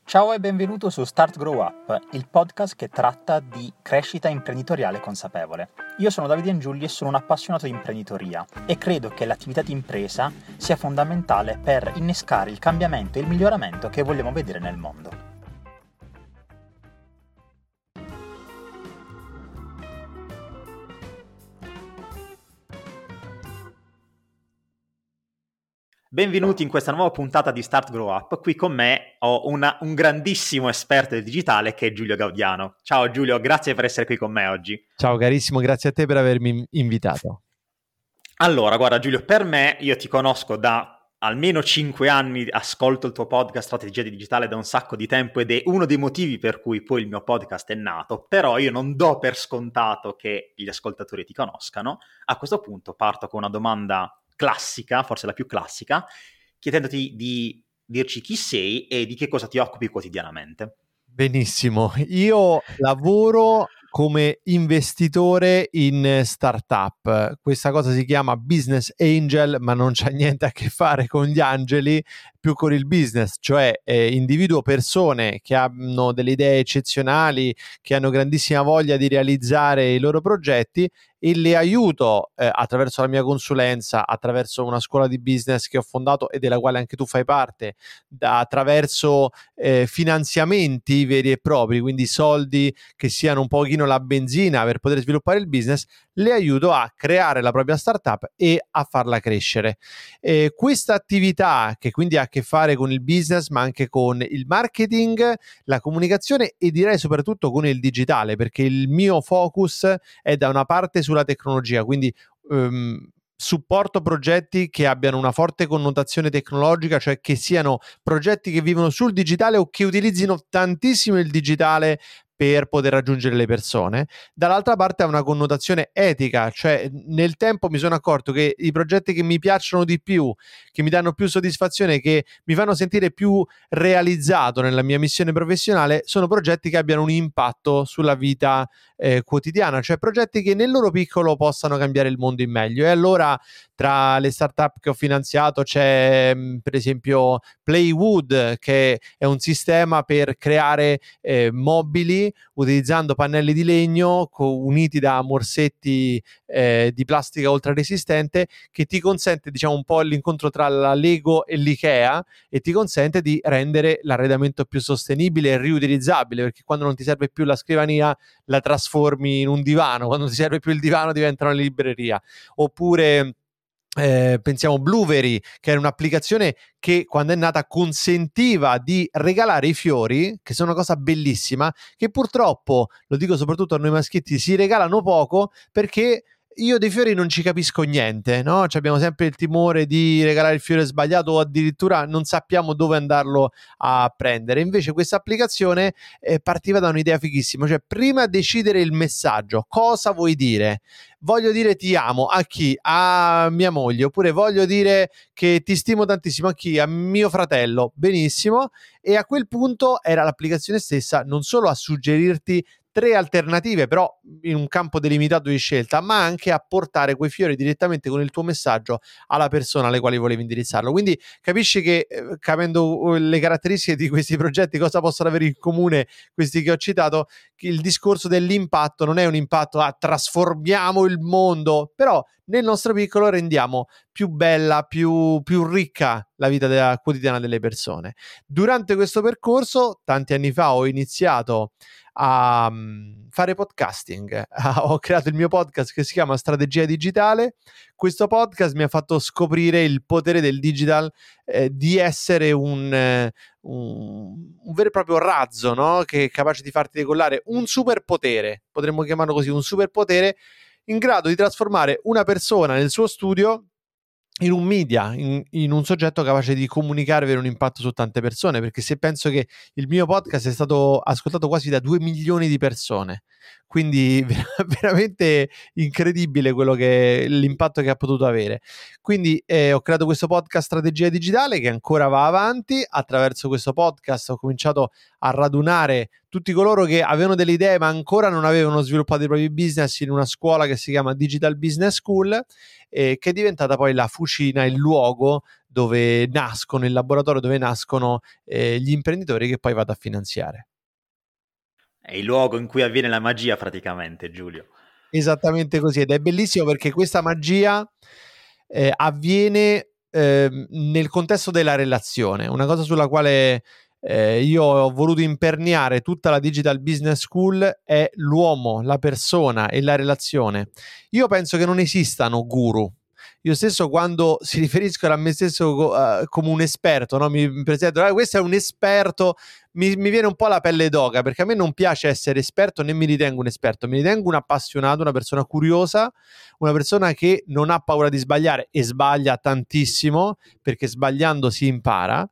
Ciao e benvenuto su Start Grow Up, il podcast che tratta di crescita imprenditoriale consapevole. Io sono Davide Angiulli e sono un appassionato di imprenditoria e credo che l'attività di impresa sia fondamentale per innescare il cambiamento e il miglioramento che vogliamo vedere nel mondo. Benvenuti in questa nuova puntata di Start Grow Up. Qui con me ho un grandissimo esperto del digitale che è Giulio Gaudiano. Ciao Giulio, grazie per essere qui con me oggi. Ciao carissimo, grazie a te per avermi invitato. Allora, guarda Giulio, per me, io ti conosco da almeno 5 anni, ascolto il tuo podcast Strategia di Digitale da un sacco di tempo ed è uno dei motivi per cui poi il mio podcast è nato, però io non do per scontato che gli ascoltatori ti conoscano. A questo punto parto con una domanda classica, forse la più classica, chiedendoti di dirci chi sei e di che cosa ti occupi quotidianamente. Benissimo, io lavoro come investitore in startup. Questa cosa si chiama business angel, ma non c'ha niente a che fare con gli angeli, più con il business, cioè individuo persone che hanno delle idee eccezionali, che hanno grandissima voglia di realizzare i loro progetti e le aiuto attraverso la mia consulenza, attraverso una scuola di business che ho fondato e della quale anche tu fai parte, attraverso finanziamenti veri e propri, quindi soldi che siano un pochino la benzina per poter sviluppare il business, le aiuto a creare la propria startup e a farla crescere. Questa attività, che quindi ha a che fare con il business ma anche con il marketing, la comunicazione e direi soprattutto con il digitale, perché il mio focus è da una parte sulla tecnologia, quindi supporto progetti che abbiano una forte connotazione tecnologica, cioè che siano progetti che vivono sul digitale o che utilizzino tantissimo il digitale per poter raggiungere le persone. Dall'altra parte ha una connotazione etica, cioè nel tempo mi sono accorto che i progetti che mi piacciono di più, che mi danno più soddisfazione, che mi fanno sentire più realizzato nella mia missione professionale, sono progetti che abbiano un impatto sulla vita quotidiana, cioè progetti che nel loro piccolo possano cambiare il mondo in meglio. E allora tra le startup che ho finanziato c'è per esempio Playwood, che è un sistema per creare mobili utilizzando pannelli di legno uniti da morsetti di plastica ultra resistente, che ti consente, diciamo, un po' l'incontro tra la Lego e l'Ikea, e ti consente di rendere l'arredamento più sostenibile e riutilizzabile, perché quando non ti serve più la scrivania la trasformi in un divano, quando ti serve più il divano diventa una libreria. Oppure pensiamo Blueberry, che era un'applicazione che quando è nata consentiva di regalare i fiori, che sono una cosa bellissima, che purtroppo, lo dico soprattutto a noi maschietti, si regalano poco perché io dei fiori non ci capisco niente, no? Cioè abbiamo sempre il timore di regalare il fiore sbagliato o addirittura non sappiamo dove andarlo a prendere. Invece questa applicazione partiva da un'idea fighissima, cioè prima decidere il messaggio, cosa vuoi dire? Voglio dire ti amo a chi? A mia moglie. Oppure voglio dire che ti stimo tantissimo a chi? A mio fratello. Benissimo. E a quel punto era l'applicazione stessa non solo a suggerirti 3 alternative, però in un campo delimitato di scelta, ma anche a portare quei fiori direttamente con il tuo messaggio alla persona alle quali volevi indirizzarlo. Quindi capisci che capendo le caratteristiche di questi progetti, cosa possono avere in comune questi che ho citato, il discorso dell'impatto non è un impatto trasformiamo il mondo, però nel nostro piccolo rendiamo più bella, più ricca la vita quotidiana delle persone. Durante questo percorso, tanti anni fa, ho iniziato a fare podcasting. Ho creato il mio podcast che si chiama Strategia Digitale. Questo podcast mi ha fatto scoprire il potere del digital, di essere un vero e proprio razzo, no? Che è capace di farti decollare un superpotere, potremmo chiamarlo così, un superpotere in grado di trasformare una persona nel suo studio in un media, in un soggetto capace di comunicare, avere un impatto su tante persone, perché se penso che il mio podcast è stato ascoltato quasi da 2 milioni di persone, quindi veramente incredibile l'impatto che ha potuto avere. Quindi ho creato questo podcast Strategia Digitale che ancora va avanti. Attraverso questo podcast ho cominciato a radunare tutti coloro che avevano delle idee ma ancora non avevano sviluppato i propri business in una scuola che si chiama Digital Business School, che è diventata poi la fucina, il luogo dove nascono, il laboratorio dove nascono gli imprenditori che poi vado a finanziare. È il luogo in cui avviene la magia praticamente, Giulio. Esattamente così, ed è bellissimo perché questa magia avviene nel contesto della relazione, una cosa sulla quale io ho voluto imperniare tutta la Digital Business School è l'uomo, la persona e la relazione. Io penso che non esistano guru. Io stesso quando si riferiscono a me stesso come un esperto, no? Mi presento, questo è un esperto, mi viene un po' la pelle d'oca, perché a me non piace essere esperto, né mi ritengo un esperto, mi ritengo un appassionato, una persona curiosa, una persona che non ha paura di sbagliare e sbaglia tantissimo, perché sbagliando si impara.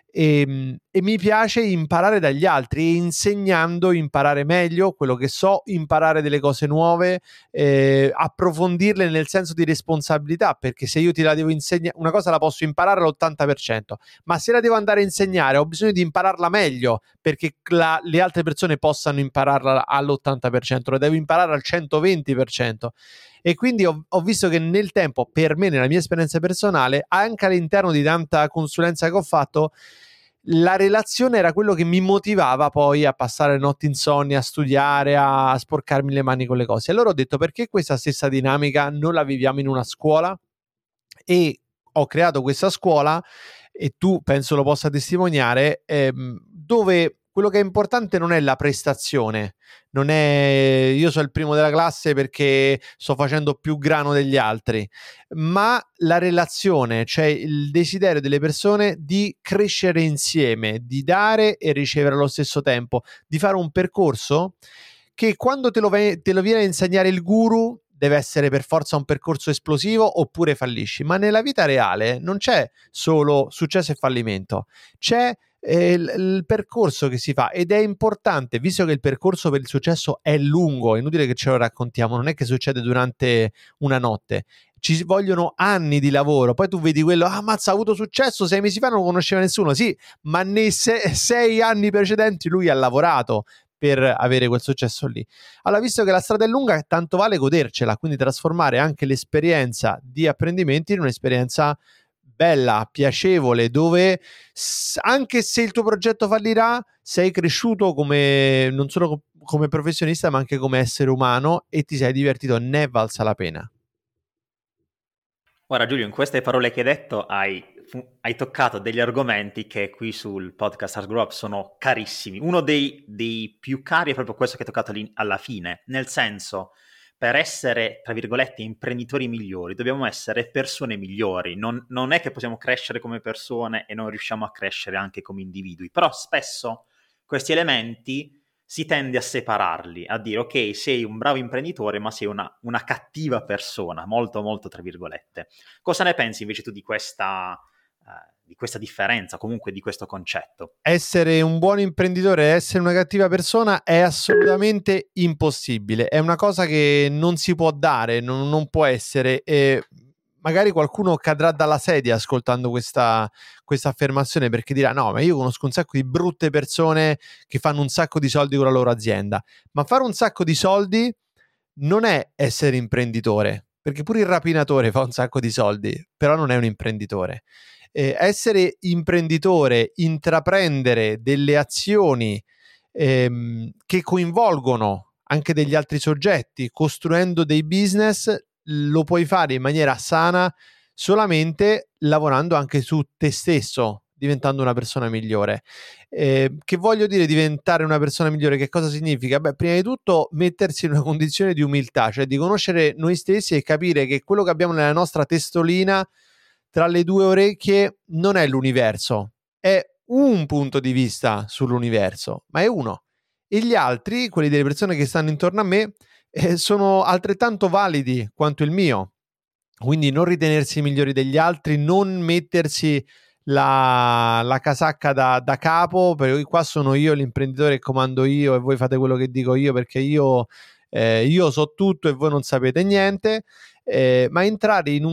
E mi piace imparare dagli altri e insegnando imparare meglio quello che so, imparare delle cose nuove, approfondirle nel senso di responsabilità, perché se io ti la devo insegnare, una cosa la posso imparare all'80%, ma se la devo andare a insegnare ho bisogno di impararla meglio perché le altre persone possano impararla all'80%, la devo imparare al 120%. E quindi ho visto che nel tempo, per me, nella mia esperienza personale, anche all'interno di tanta consulenza che ho fatto, la relazione era quello che mi motivava poi a passare notti insonni, a studiare, a sporcarmi le mani con le cose. Allora ho detto, perché questa stessa dinamica non la viviamo in una scuola? E ho creato questa scuola, e tu penso lo possa testimoniare, dove quello che è importante non è la prestazione, non è io sono il primo della classe perché sto facendo più grano degli altri, ma la relazione, cioè il desiderio delle persone di crescere insieme, di dare e ricevere allo stesso tempo, di fare un percorso che quando te lo viene a insegnare il guru deve essere per forza un percorso esplosivo oppure fallisci, ma nella vita reale non c'è solo successo e fallimento, c'è il percorso che si fa, ed è importante, visto che il percorso per il successo è lungo, è inutile che ce lo raccontiamo, non è che succede durante una notte, ci vogliono anni di lavoro. Poi tu vedi quello, mazza, ha avuto successo 6 mesi fa, non lo conosceva nessuno, sì, ma nei 6 anni precedenti lui ha lavorato per avere quel successo lì. Allora, visto che la strada è lunga, tanto vale godercela, quindi trasformare anche l'esperienza di apprendimenti in un'esperienza bella, piacevole, dove anche se il tuo progetto fallirà, sei cresciuto come non solo come professionista, ma anche come essere umano, e ti sei divertito, ne è valsa la pena. Ora Giulio, in queste parole che hai detto hai toccato degli argomenti che qui sul podcast Ars Grow Up sono carissimi. Uno dei più cari è proprio questo che hai toccato alla fine, nel senso, per essere, tra virgolette, imprenditori migliori, dobbiamo essere persone migliori. Non è che possiamo crescere come persone e non riusciamo a crescere anche come individui, però spesso questi elementi si tende a separarli, a dire ok, sei un bravo imprenditore ma sei una cattiva persona, molto molto tra virgolette. Cosa ne pensi invece tu di questa differenza, comunque di questo concetto? Essere un buon imprenditore e essere una cattiva persona è assolutamente impossibile, è una cosa che non si può dare, non può essere, e magari qualcuno cadrà dalla sedia ascoltando questa affermazione, perché dirà no, ma io conosco un sacco di brutte persone che fanno un sacco di soldi con la loro azienda, ma fare un sacco di soldi non è essere imprenditore, perché pure il rapinatore fa un sacco di soldi, però non è un imprenditore. Essere imprenditore, intraprendere delle azioni che coinvolgono anche degli altri soggetti, costruendo dei business, lo puoi fare in maniera sana solamente lavorando anche su te stesso, diventando una persona migliore. Che voglio dire diventare una persona migliore? Che cosa significa? Beh, prima di tutto mettersi in una condizione di umiltà, cioè di conoscere noi stessi e capire che quello che abbiamo nella nostra testolina tra le due orecchie non è l'universo, è un punto di vista sull'universo, ma è uno. E gli altri, quelli delle persone che stanno intorno a me, sono altrettanto validi quanto il mio. Quindi non ritenersi migliori degli altri, non mettersi la casacca da capo, perché qua sono io l'imprenditore che comando io e voi fate quello che dico io perché io io so tutto e voi non sapete niente, ma entrare in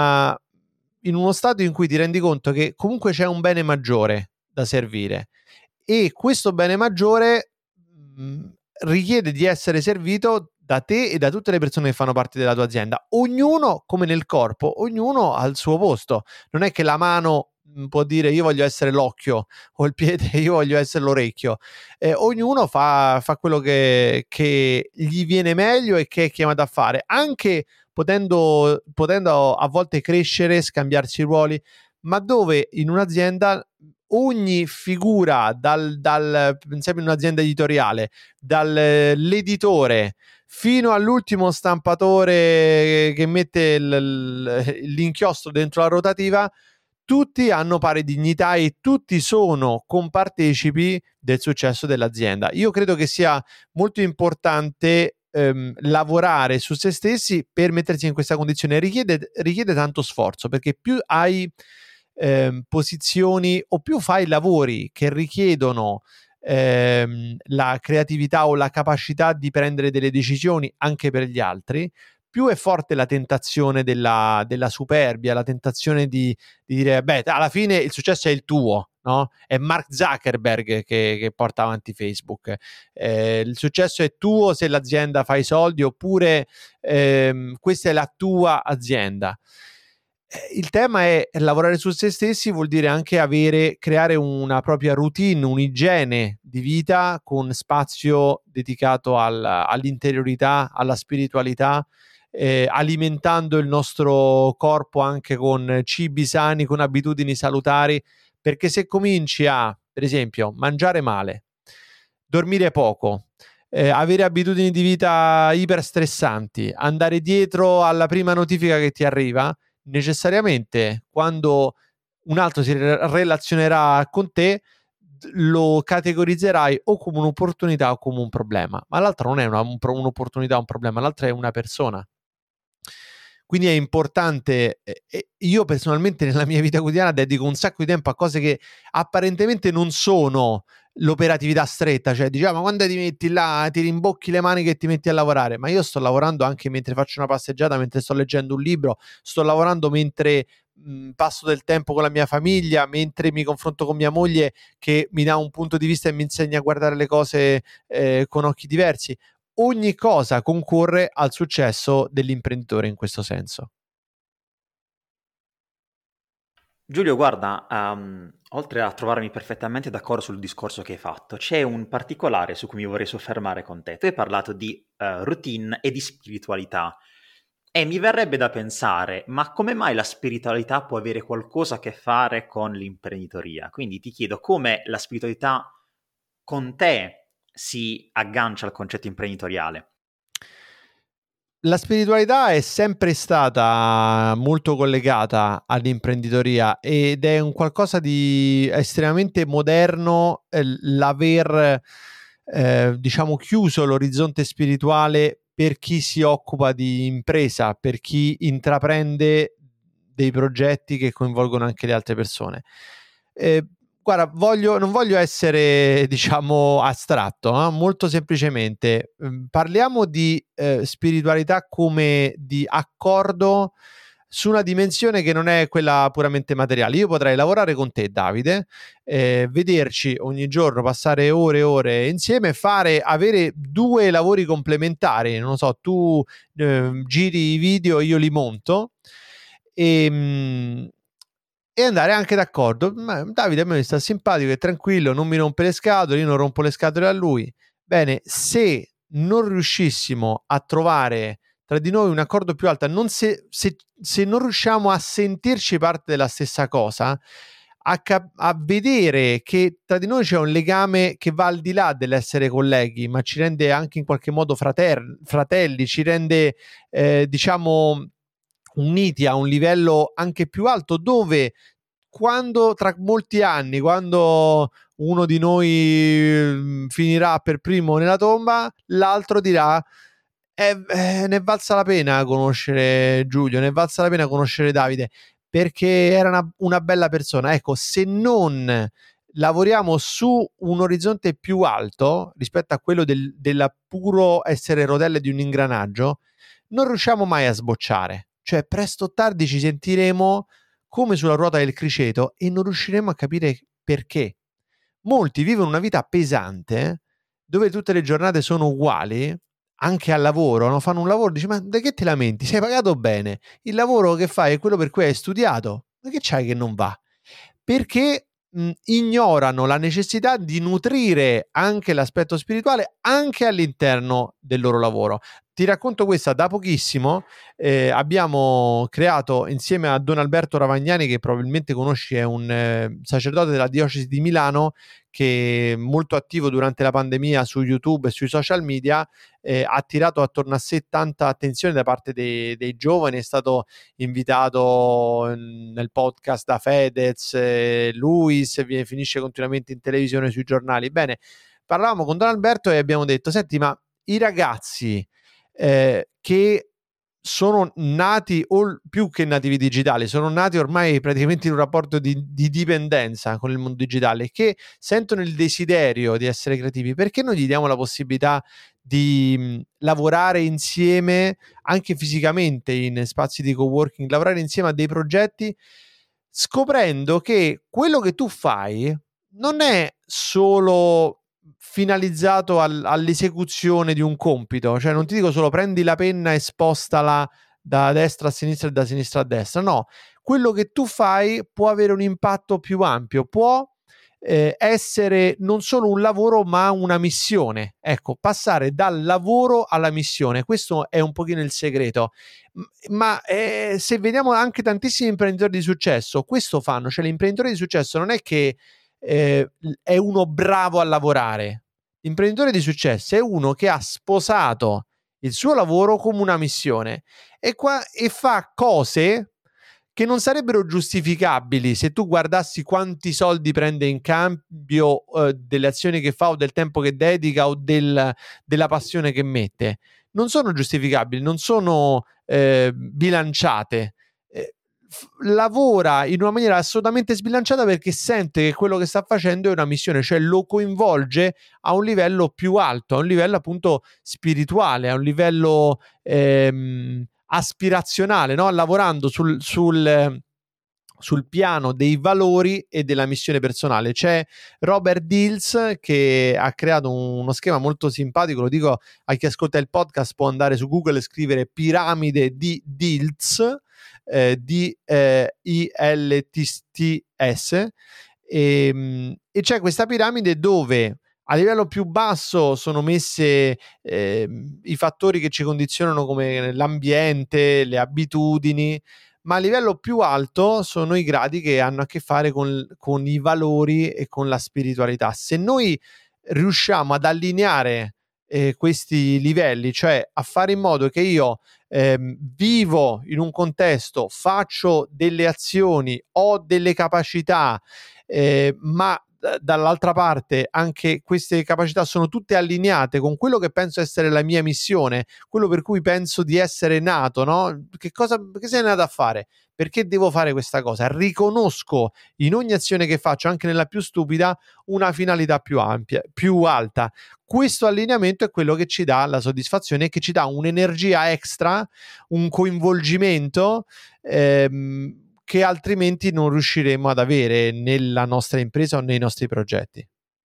uno stato in cui ti rendi conto che comunque c'è un bene maggiore da servire e questo bene maggiore richiede di essere servito da te e da tutte le persone che fanno parte della tua azienda. Ognuno, come nel corpo, ognuno ha il suo posto. Non è che la mano può dire io voglio essere l'occhio o il piede io voglio essere l'orecchio. Ognuno fa quello che gli viene meglio e che è chiamato a fare, anche potendo a volte crescere, scambiarsi i ruoli, ma dove in un'azienda ogni figura pensiamo in un'azienda editoriale, dall'editore fino all'ultimo stampatore che mette l'inchiostro dentro la rotativa, tutti hanno pari dignità e tutti sono compartecipi del successo dell'azienda. Io credo che sia molto importante lavorare su se stessi per mettersi in questa condizione. Richiede tanto sforzo, perché più hai posizioni o più fai lavori che richiedono la creatività o la capacità di prendere delle decisioni anche per gli altri, più è forte la tentazione della superbia, la tentazione di dire beh, alla fine il successo è il tuo, no? È Mark Zuckerberg che porta avanti Facebook, il successo è tuo se l'azienda fa i soldi, oppure questa è la tua azienda. Il tema è lavorare su se stessi, vuol dire anche creare una propria routine, un'igiene di vita con spazio dedicato all'interiorità, alla spiritualità, alimentando il nostro corpo anche con cibi sani, con abitudini salutari, perché se cominci a, per esempio, mangiare male, dormire poco, avere abitudini di vita iperstressanti, andare dietro alla prima notifica che ti arriva, necessariamente quando un altro si relazionerà con te lo categorizzerai o come un'opportunità o come un problema, ma l'altro non è un'opportunità o un problema, l'altra è una persona. Quindi è importante, io personalmente nella mia vita quotidiana dedico un sacco di tempo a cose che apparentemente non sono l'operatività stretta, cioè diciamo quando ti metti là, ti rimbocchi le mani che ti metti a lavorare, ma io sto lavorando anche mentre faccio una passeggiata, mentre sto leggendo un libro, sto lavorando mentre passo del tempo con la mia famiglia, mentre mi confronto con mia moglie che mi dà un punto di vista e mi insegna a guardare le cose con occhi diversi. Ogni cosa concorre al successo dell'imprenditore in questo senso. Giulio, guarda, oltre a trovarmi perfettamente d'accordo sul discorso che hai fatto, c'è un particolare su cui mi vorrei soffermare con te. Tu hai parlato di routine e di spiritualità e mi verrebbe da pensare, ma come mai la spiritualità può avere qualcosa a che fare con l'imprenditoria? Quindi ti chiedo come la spiritualità con te si aggancia al concetto imprenditoriale. La spiritualità è sempre stata molto collegata all'imprenditoria ed è un qualcosa di estremamente moderno l'aver diciamo chiuso l'orizzonte spirituale per chi si occupa di impresa, per chi intraprende dei progetti che coinvolgono anche le altre persone. Guarda, non voglio essere, diciamo, astratto, molto semplicemente. Parliamo di spiritualità come di accordo su una dimensione che non è quella puramente materiale. Io potrei lavorare con te, Davide, vederci ogni giorno, passare ore e ore insieme, avere due lavori complementari. Non lo so, tu giri i video, io li monto e andare anche d'accordo. Ma Davide a me mi sta simpatico, è tranquillo, non mi rompe le scatole, io non rompo le scatole a lui. Bene, se non riuscissimo a trovare tra di noi un accordo più alto, se non riusciamo a sentirci parte della stessa cosa, a vedere che tra di noi c'è un legame che va al di là dell'essere colleghi, ma ci rende anche in qualche modo fratelli, ci rende diciamo uniti a un livello anche più alto, dove quando tra molti anni, quando uno di noi finirà per primo nella tomba, l'altro dirà ne è valsa la pena conoscere Giulio, ne è valsa la pena conoscere Davide, perché era una bella persona. Ecco, se non lavoriamo su un orizzonte più alto rispetto a quello della puro essere rotelle di un ingranaggio, non riusciamo mai a sbocciare. Cioè, presto o tardi ci sentiremo come sulla ruota del criceto e non riusciremo a capire perché. Molti vivono una vita pesante dove tutte le giornate sono uguali, anche al lavoro, no? Fanno un lavoro, dici, ma da che te lamenti? Sei pagato bene, il lavoro che fai è quello per cui hai studiato, ma che c'hai che non va? Perché ignorano la necessità di nutrire anche l'aspetto spirituale anche all'interno del loro lavoro. Ti racconto questa: da pochissimo abbiamo creato insieme a Don Alberto Ravagnani, che probabilmente conosci, è un sacerdote della diocesi di Milano, che è molto attivo durante la pandemia su YouTube e sui social media, ha attirato attorno a sé tanta attenzione da parte dei giovani, è stato invitato nel podcast da Fedez, Luis, finisce continuamente in televisione, sui giornali. Bene, parlavamo con Don Alberto e abbiamo detto: senti, ma i ragazzi che sono nati, o più che nativi digitali, sono nati ormai praticamente in un rapporto di dipendenza con il mondo digitale, che sentono il desiderio di essere creativi, perché non gli diamo la possibilità di lavorare insieme anche fisicamente in spazi di coworking, lavorare insieme a dei progetti, scoprendo che quello che tu fai non è solo finalizzato all'esecuzione di un compito, cioè non ti dico solo prendi la penna e spostala da destra a sinistra e da sinistra a destra, no, quello che tu fai può avere un impatto più ampio, può essere non solo un lavoro ma una missione, ecco, passare dal lavoro alla missione, questo è un pochino il segreto. Ma se vediamo anche tantissimi imprenditori di successo, questo fanno, cioè l'imprenditore di successo non è che è uno bravo a lavorare. L'imprenditore di successo è uno che ha sposato il suo lavoro come una missione e fa cose che non sarebbero giustificabili se tu guardassi quanti soldi prende in cambio delle azioni che fa o del tempo che dedica o della passione che mette. Non sono giustificabili, non sono bilanciate. Lavora in una maniera assolutamente sbilanciata perché sente che quello che sta facendo è una missione, cioè lo coinvolge a un livello più alto, a un livello appunto spirituale, a un livello aspirazionale, no? Lavorando sul piano dei valori e della missione personale. C'è Robert Dills che ha creato uno schema molto simpatico, lo dico a chi ascolta il podcast, può andare su Google e scrivere piramide di Dills, DILTS, e c'è questa piramide dove a livello più basso sono messe i fattori che ci condizionano come l'ambiente, le abitudini, ma a livello più alto sono i gradi che hanno a che fare con i valori e con la spiritualità. Se noi riusciamo ad allineare questi livelli, cioè a fare in modo che io vivo in un contesto, faccio delle azioni, ho delle capacità, ma dall'altra parte anche queste capacità sono tutte allineate con quello che penso essere la mia missione, quello per cui penso di essere nato, no? Che sei nato a fare? Perché devo fare questa cosa? Riconosco in ogni azione che faccio, anche nella più stupida, una finalità più ampia, più alta. Questo allineamento è quello che ci dà la soddisfazione e che ci dà un'energia extra, un coinvolgimento che altrimenti non riusciremo ad avere nella nostra impresa o nei nostri progetti.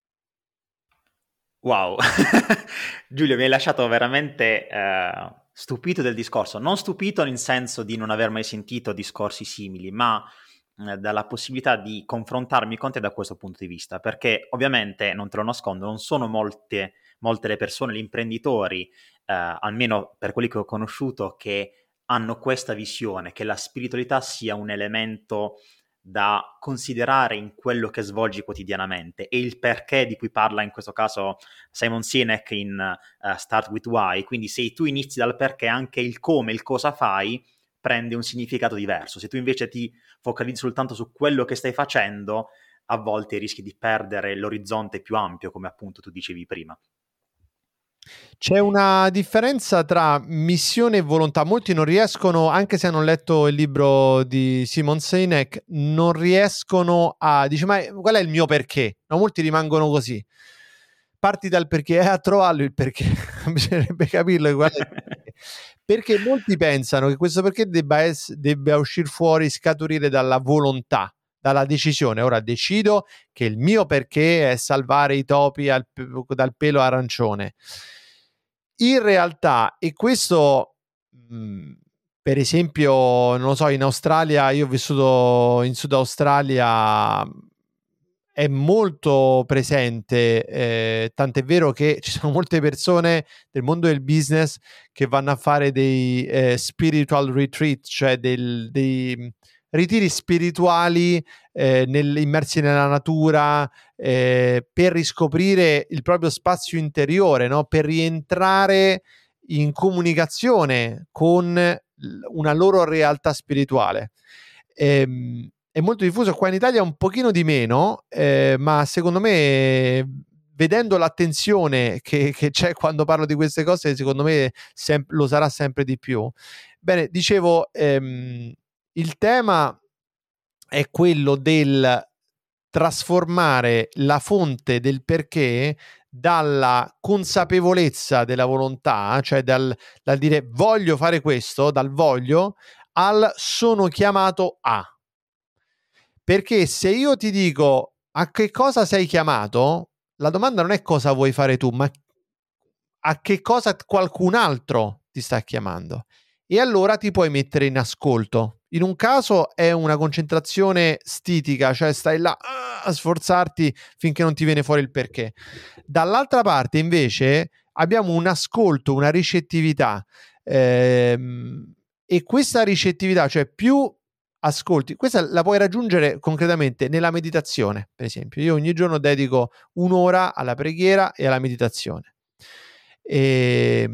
Wow, Giulio, mi hai lasciato veramente stupito del discorso, non stupito nel senso di non aver mai sentito discorsi simili, ma dalla possibilità di confrontarmi con te da questo punto di vista, perché ovviamente, non te lo nascondo, non sono molte le persone, gli imprenditori, almeno per quelli che ho conosciuto, che hanno questa visione, che la spiritualità sia un elemento da considerare in quello che svolgi quotidianamente, e il perché di cui parla in questo caso Simon Sinek in Start With Why. Quindi se tu inizi dal perché, anche il come, il cosa fai prende un significato diverso. Se tu invece ti focalizzi soltanto su quello che stai facendo, a volte rischi di perdere l'orizzonte più ampio, come appunto tu dicevi prima. C'è una differenza tra missione e volontà. Molti non riescono, anche se hanno letto il libro di Simon Sinek, non riescono a... Dice, ma qual è il mio perché? No, molti rimangono così. Parti dal perché e a trovarlo il perché. Bisognerebbe capirlo qual è il perché. Perché molti pensano che questo perché debba uscire fuori, scaturire dalla volontà, dalla decisione. Ora decido che il mio perché è salvare i topi dal pelo arancione. In realtà, e questo per esempio, non lo so, in Australia, io ho vissuto in Sud Australia, è molto presente, tant'è vero che ci sono molte persone del mondo del business che vanno a fare dei spiritual retreat, cioè dei ritiri spirituali immersi nella natura, per riscoprire il proprio spazio interiore, no? Per rientrare in comunicazione con una loro realtà spirituale. È molto diffuso qua in Italia, un pochino di meno, ma secondo me, vedendo l'attenzione che c'è quando parlo di queste cose, secondo me lo sarà sempre di più. Bene, dicevo, il tema è quello del trasformare la fonte del perché dalla consapevolezza della volontà, cioè dal dire voglio fare questo, dal voglio, al sono chiamato a. Perché se io ti dico a che cosa sei chiamato, la domanda non è cosa vuoi fare tu, ma a che cosa qualcun altro ti sta chiamando. E allora ti puoi mettere in ascolto. In un caso è una concentrazione stitica, cioè stai là a sforzarti finché non ti viene fuori il perché. Dall'altra parte invece abbiamo un ascolto, una ricettività, e questa ricettività, cioè più ascolti, questa la puoi raggiungere concretamente nella meditazione, per esempio. Io ogni giorno dedico un'ora alla preghiera e alla meditazione. E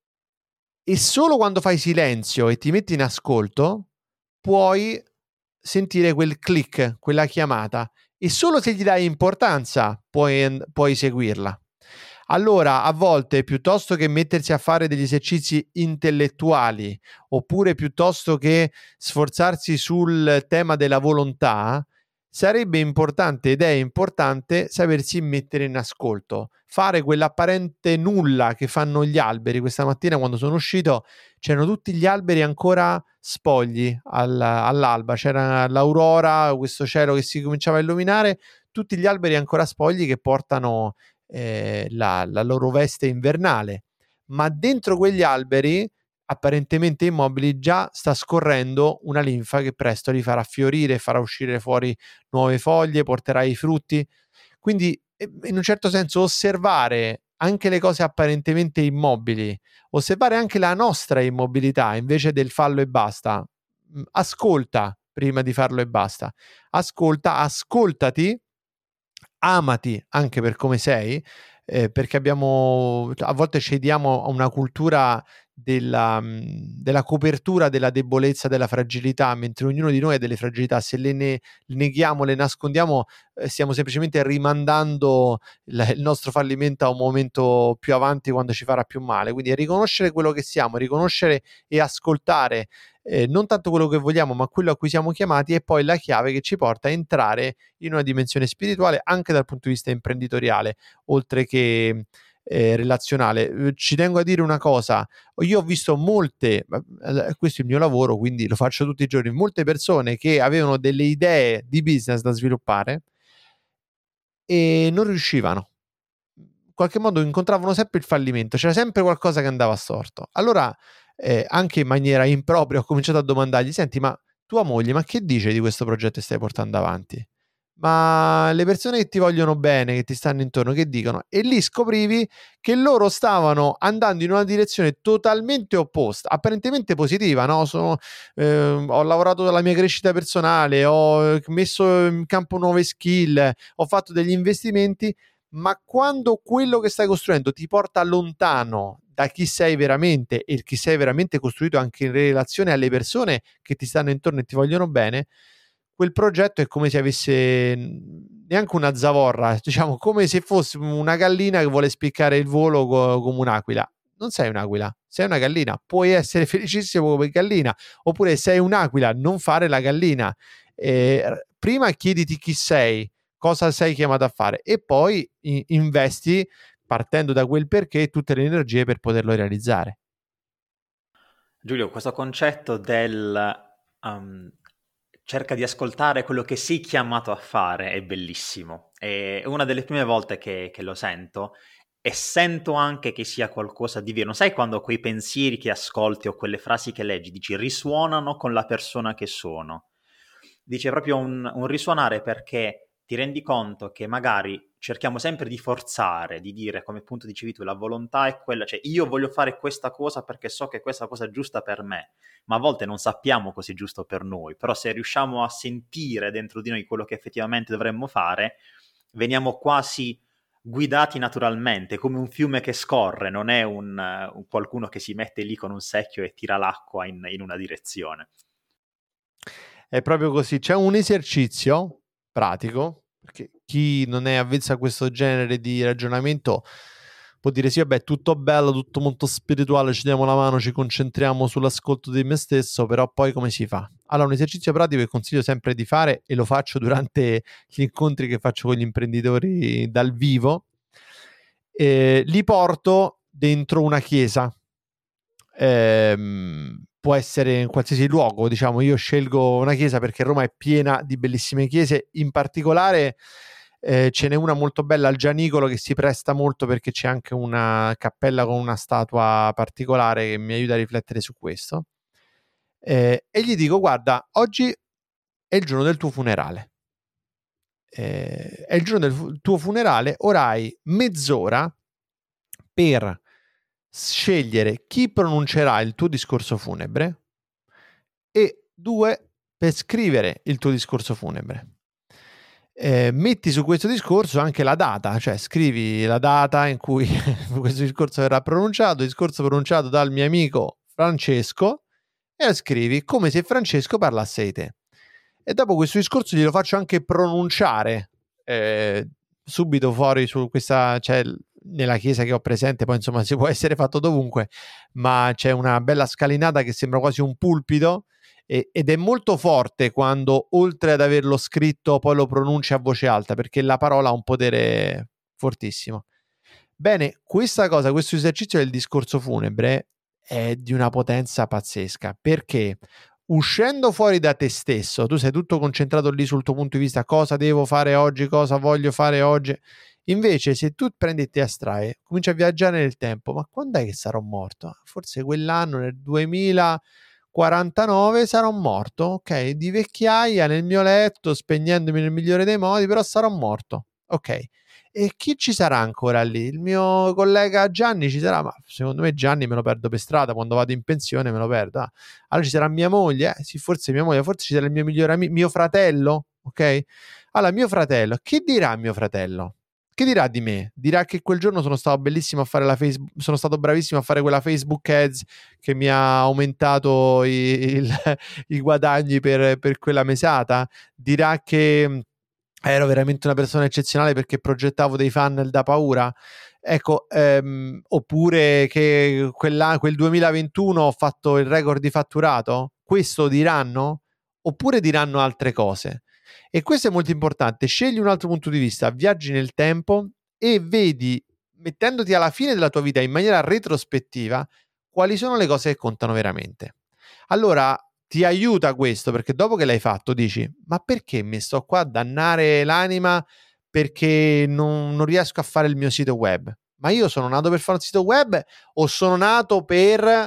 solo quando fai silenzio e ti metti in ascolto puoi sentire quel click, quella chiamata, e solo se gli dai importanza puoi seguirla. Allora, a volte, piuttosto che mettersi a fare degli esercizi intellettuali, oppure piuttosto che sforzarsi sul tema della volontà, sarebbe importante ed è importante sapersi mettere in ascolto, fare quell'apparente nulla che fanno gli alberi. Questa mattina quando sono uscito c'erano tutti gli alberi ancora spogli all'alba, c'era l'aurora, questo cielo che si cominciava a illuminare, tutti gli alberi ancora spogli che portano la loro veste invernale, ma dentro quegli alberi apparentemente immobili già sta scorrendo una linfa che presto li farà fiorire, farà uscire fuori nuove foglie, porterà i frutti. Quindi in un certo senso osservare anche le cose apparentemente immobili, osservare anche la nostra immobilità invece del fallo e basta. Ascolta prima di farlo e basta. Ascoltati, amati anche per come sei, perché a volte cediamo a una cultura della copertura della debolezza, della fragilità, mentre ognuno di noi ha delle fragilità. Se le neghiamo, le nascondiamo, stiamo semplicemente rimandando il nostro fallimento a un momento più avanti, quando ci farà più male. Quindi riconoscere quello che siamo, riconoscere e ascoltare non tanto quello che vogliamo, ma quello a cui siamo chiamati, è poi la chiave che ci porta a entrare in una dimensione spirituale anche dal punto di vista imprenditoriale, oltre che relazionale. Ci tengo a dire una cosa: io ho visto questo è il mio lavoro, quindi lo faccio tutti i giorni, molte persone che avevano delle idee di business da sviluppare e non riuscivano. In qualche modo incontravano sempre il fallimento, c'era sempre qualcosa che andava storto. Allora, anche in maniera impropria, ho cominciato a domandargli: senti, ma tua moglie, ma che dice di questo progetto che stai portando avanti? Ma le persone che ti vogliono bene, che ti stanno intorno, che dicono? E lì scoprivi che loro stavano andando in una direzione totalmente opposta, apparentemente positiva, no? Ho lavorato alla mia crescita personale, ho messo in campo nuove skill, ho fatto degli investimenti, ma quando quello che stai costruendo ti porta lontano da chi sei veramente, e chi sei veramente costruito anche in relazione alle persone che ti stanno intorno e ti vogliono bene, quel progetto è come se avesse neanche una zavorra, diciamo come se fosse una gallina che vuole spiccare il volo come un'aquila. Non sei un'aquila, sei una gallina, puoi essere felicissimo come gallina, oppure sei un'aquila, non fare la gallina. Prima chiediti chi sei, cosa sei chiamato a fare, e poi investi partendo da quel perché tutte le energie per poterlo realizzare. Giulio, questo concetto del cerca di ascoltare quello che sei chiamato a fare è bellissimo. È una delle prime volte che lo sento, e sento anche che sia qualcosa di vero. Non sai quando quei pensieri che ascolti o quelle frasi che leggi, dici, risuonano con la persona che sono. Dice proprio un risuonare, perché ti rendi conto che magari cerchiamo sempre di forzare, di dire, come appunto dicevi tu, la volontà è quella, cioè io voglio fare questa cosa perché so che questa cosa è giusta per me, ma a volte non sappiamo cos'è giusto per noi, però se riusciamo a sentire dentro di noi quello che effettivamente dovremmo fare, veniamo quasi guidati naturalmente, come un fiume che scorre, non è un qualcuno che si mette lì con un secchio e tira l'acqua in una direzione. È proprio così. C'è un esercizio pratico, perché chi non è avvezzo a questo genere di ragionamento può dire sì, vabbè, tutto bello, tutto molto spirituale, ci diamo la mano, ci concentriamo sull'ascolto di me stesso, però poi come si fa? Allora, un esercizio pratico che consiglio sempre di fare, e lo faccio durante gli incontri che faccio con gli imprenditori dal vivo, li porto dentro una chiesa. Può essere in qualsiasi luogo, diciamo. Io scelgo una chiesa perché Roma è piena di bellissime chiese, in particolare ce n'è una molto bella al Gianicolo che si presta molto, perché c'è anche una cappella con una statua particolare che mi aiuta a riflettere su questo, e gli dico: guarda, oggi è il giorno del tuo funerale, è il giorno del tuo funerale, ora hai mezz'ora per scegliere chi pronuncerà il tuo discorso funebre, e 2, per scrivere il tuo discorso funebre. Metti su questo discorso anche la data, cioè scrivi la data in cui questo discorso verrà pronunciato, discorso pronunciato dal mio amico Francesco, e lo scrivi come se Francesco parlasse di te. E dopo questo discorso glielo faccio anche pronunciare subito fuori su questa, cioè nella chiesa che ho presente, poi insomma si può essere fatto dovunque, ma c'è una bella scalinata che sembra quasi un pulpito, ed è molto forte quando, oltre ad averlo scritto, poi lo pronunci a voce alta, perché la parola ha un potere fortissimo. Bene, questa cosa, questo esercizio del discorso funebre è di una potenza pazzesca, perché uscendo fuori da te stesso, tu sei tutto concentrato lì sul tuo punto di vista, cosa devo fare oggi, cosa voglio fare oggi. Invece se tu prendi e ti astrai, cominci a viaggiare nel tempo, ma quando è che sarò morto? Forse quell'anno, nel 2049 sarò morto, ok, di vecchiaia nel mio letto, spegnendomi nel migliore dei modi, però sarò morto, ok. E chi ci sarà ancora lì? Il mio collega Gianni ci sarà, ma secondo me Gianni me lo perdo per strada, quando vado in pensione me lo perdo. Allora ci sarà mia moglie? Sì, forse mia moglie, forse ci sarà il mio migliore amico, mio fratello, ok? Allora, mio fratello, che dirà mio fratello? Che dirà di me? Dirà che quel giorno sono stato bellissimo a fare sono stato bravissimo a fare quella Facebook Ads che mi ha aumentato i guadagni per quella mesata? Dirà che ero veramente una persona eccezionale perché progettavo dei funnel da paura? Ecco, oppure che quel 2021 ho fatto il record di fatturato? Questo diranno? Oppure diranno altre cose? E questo è molto importante. Scegli un altro punto di vista, viaggi nel tempo e vedi, mettendoti alla fine della tua vita in maniera retrospettiva, quali sono le cose che contano veramente. Allora ti aiuta questo, perché dopo che l'hai fatto dici: ma perché mi sto qua a dannare l'anima perché non riesco a fare il mio sito web? Ma io sono nato per fare un sito web o sono nato per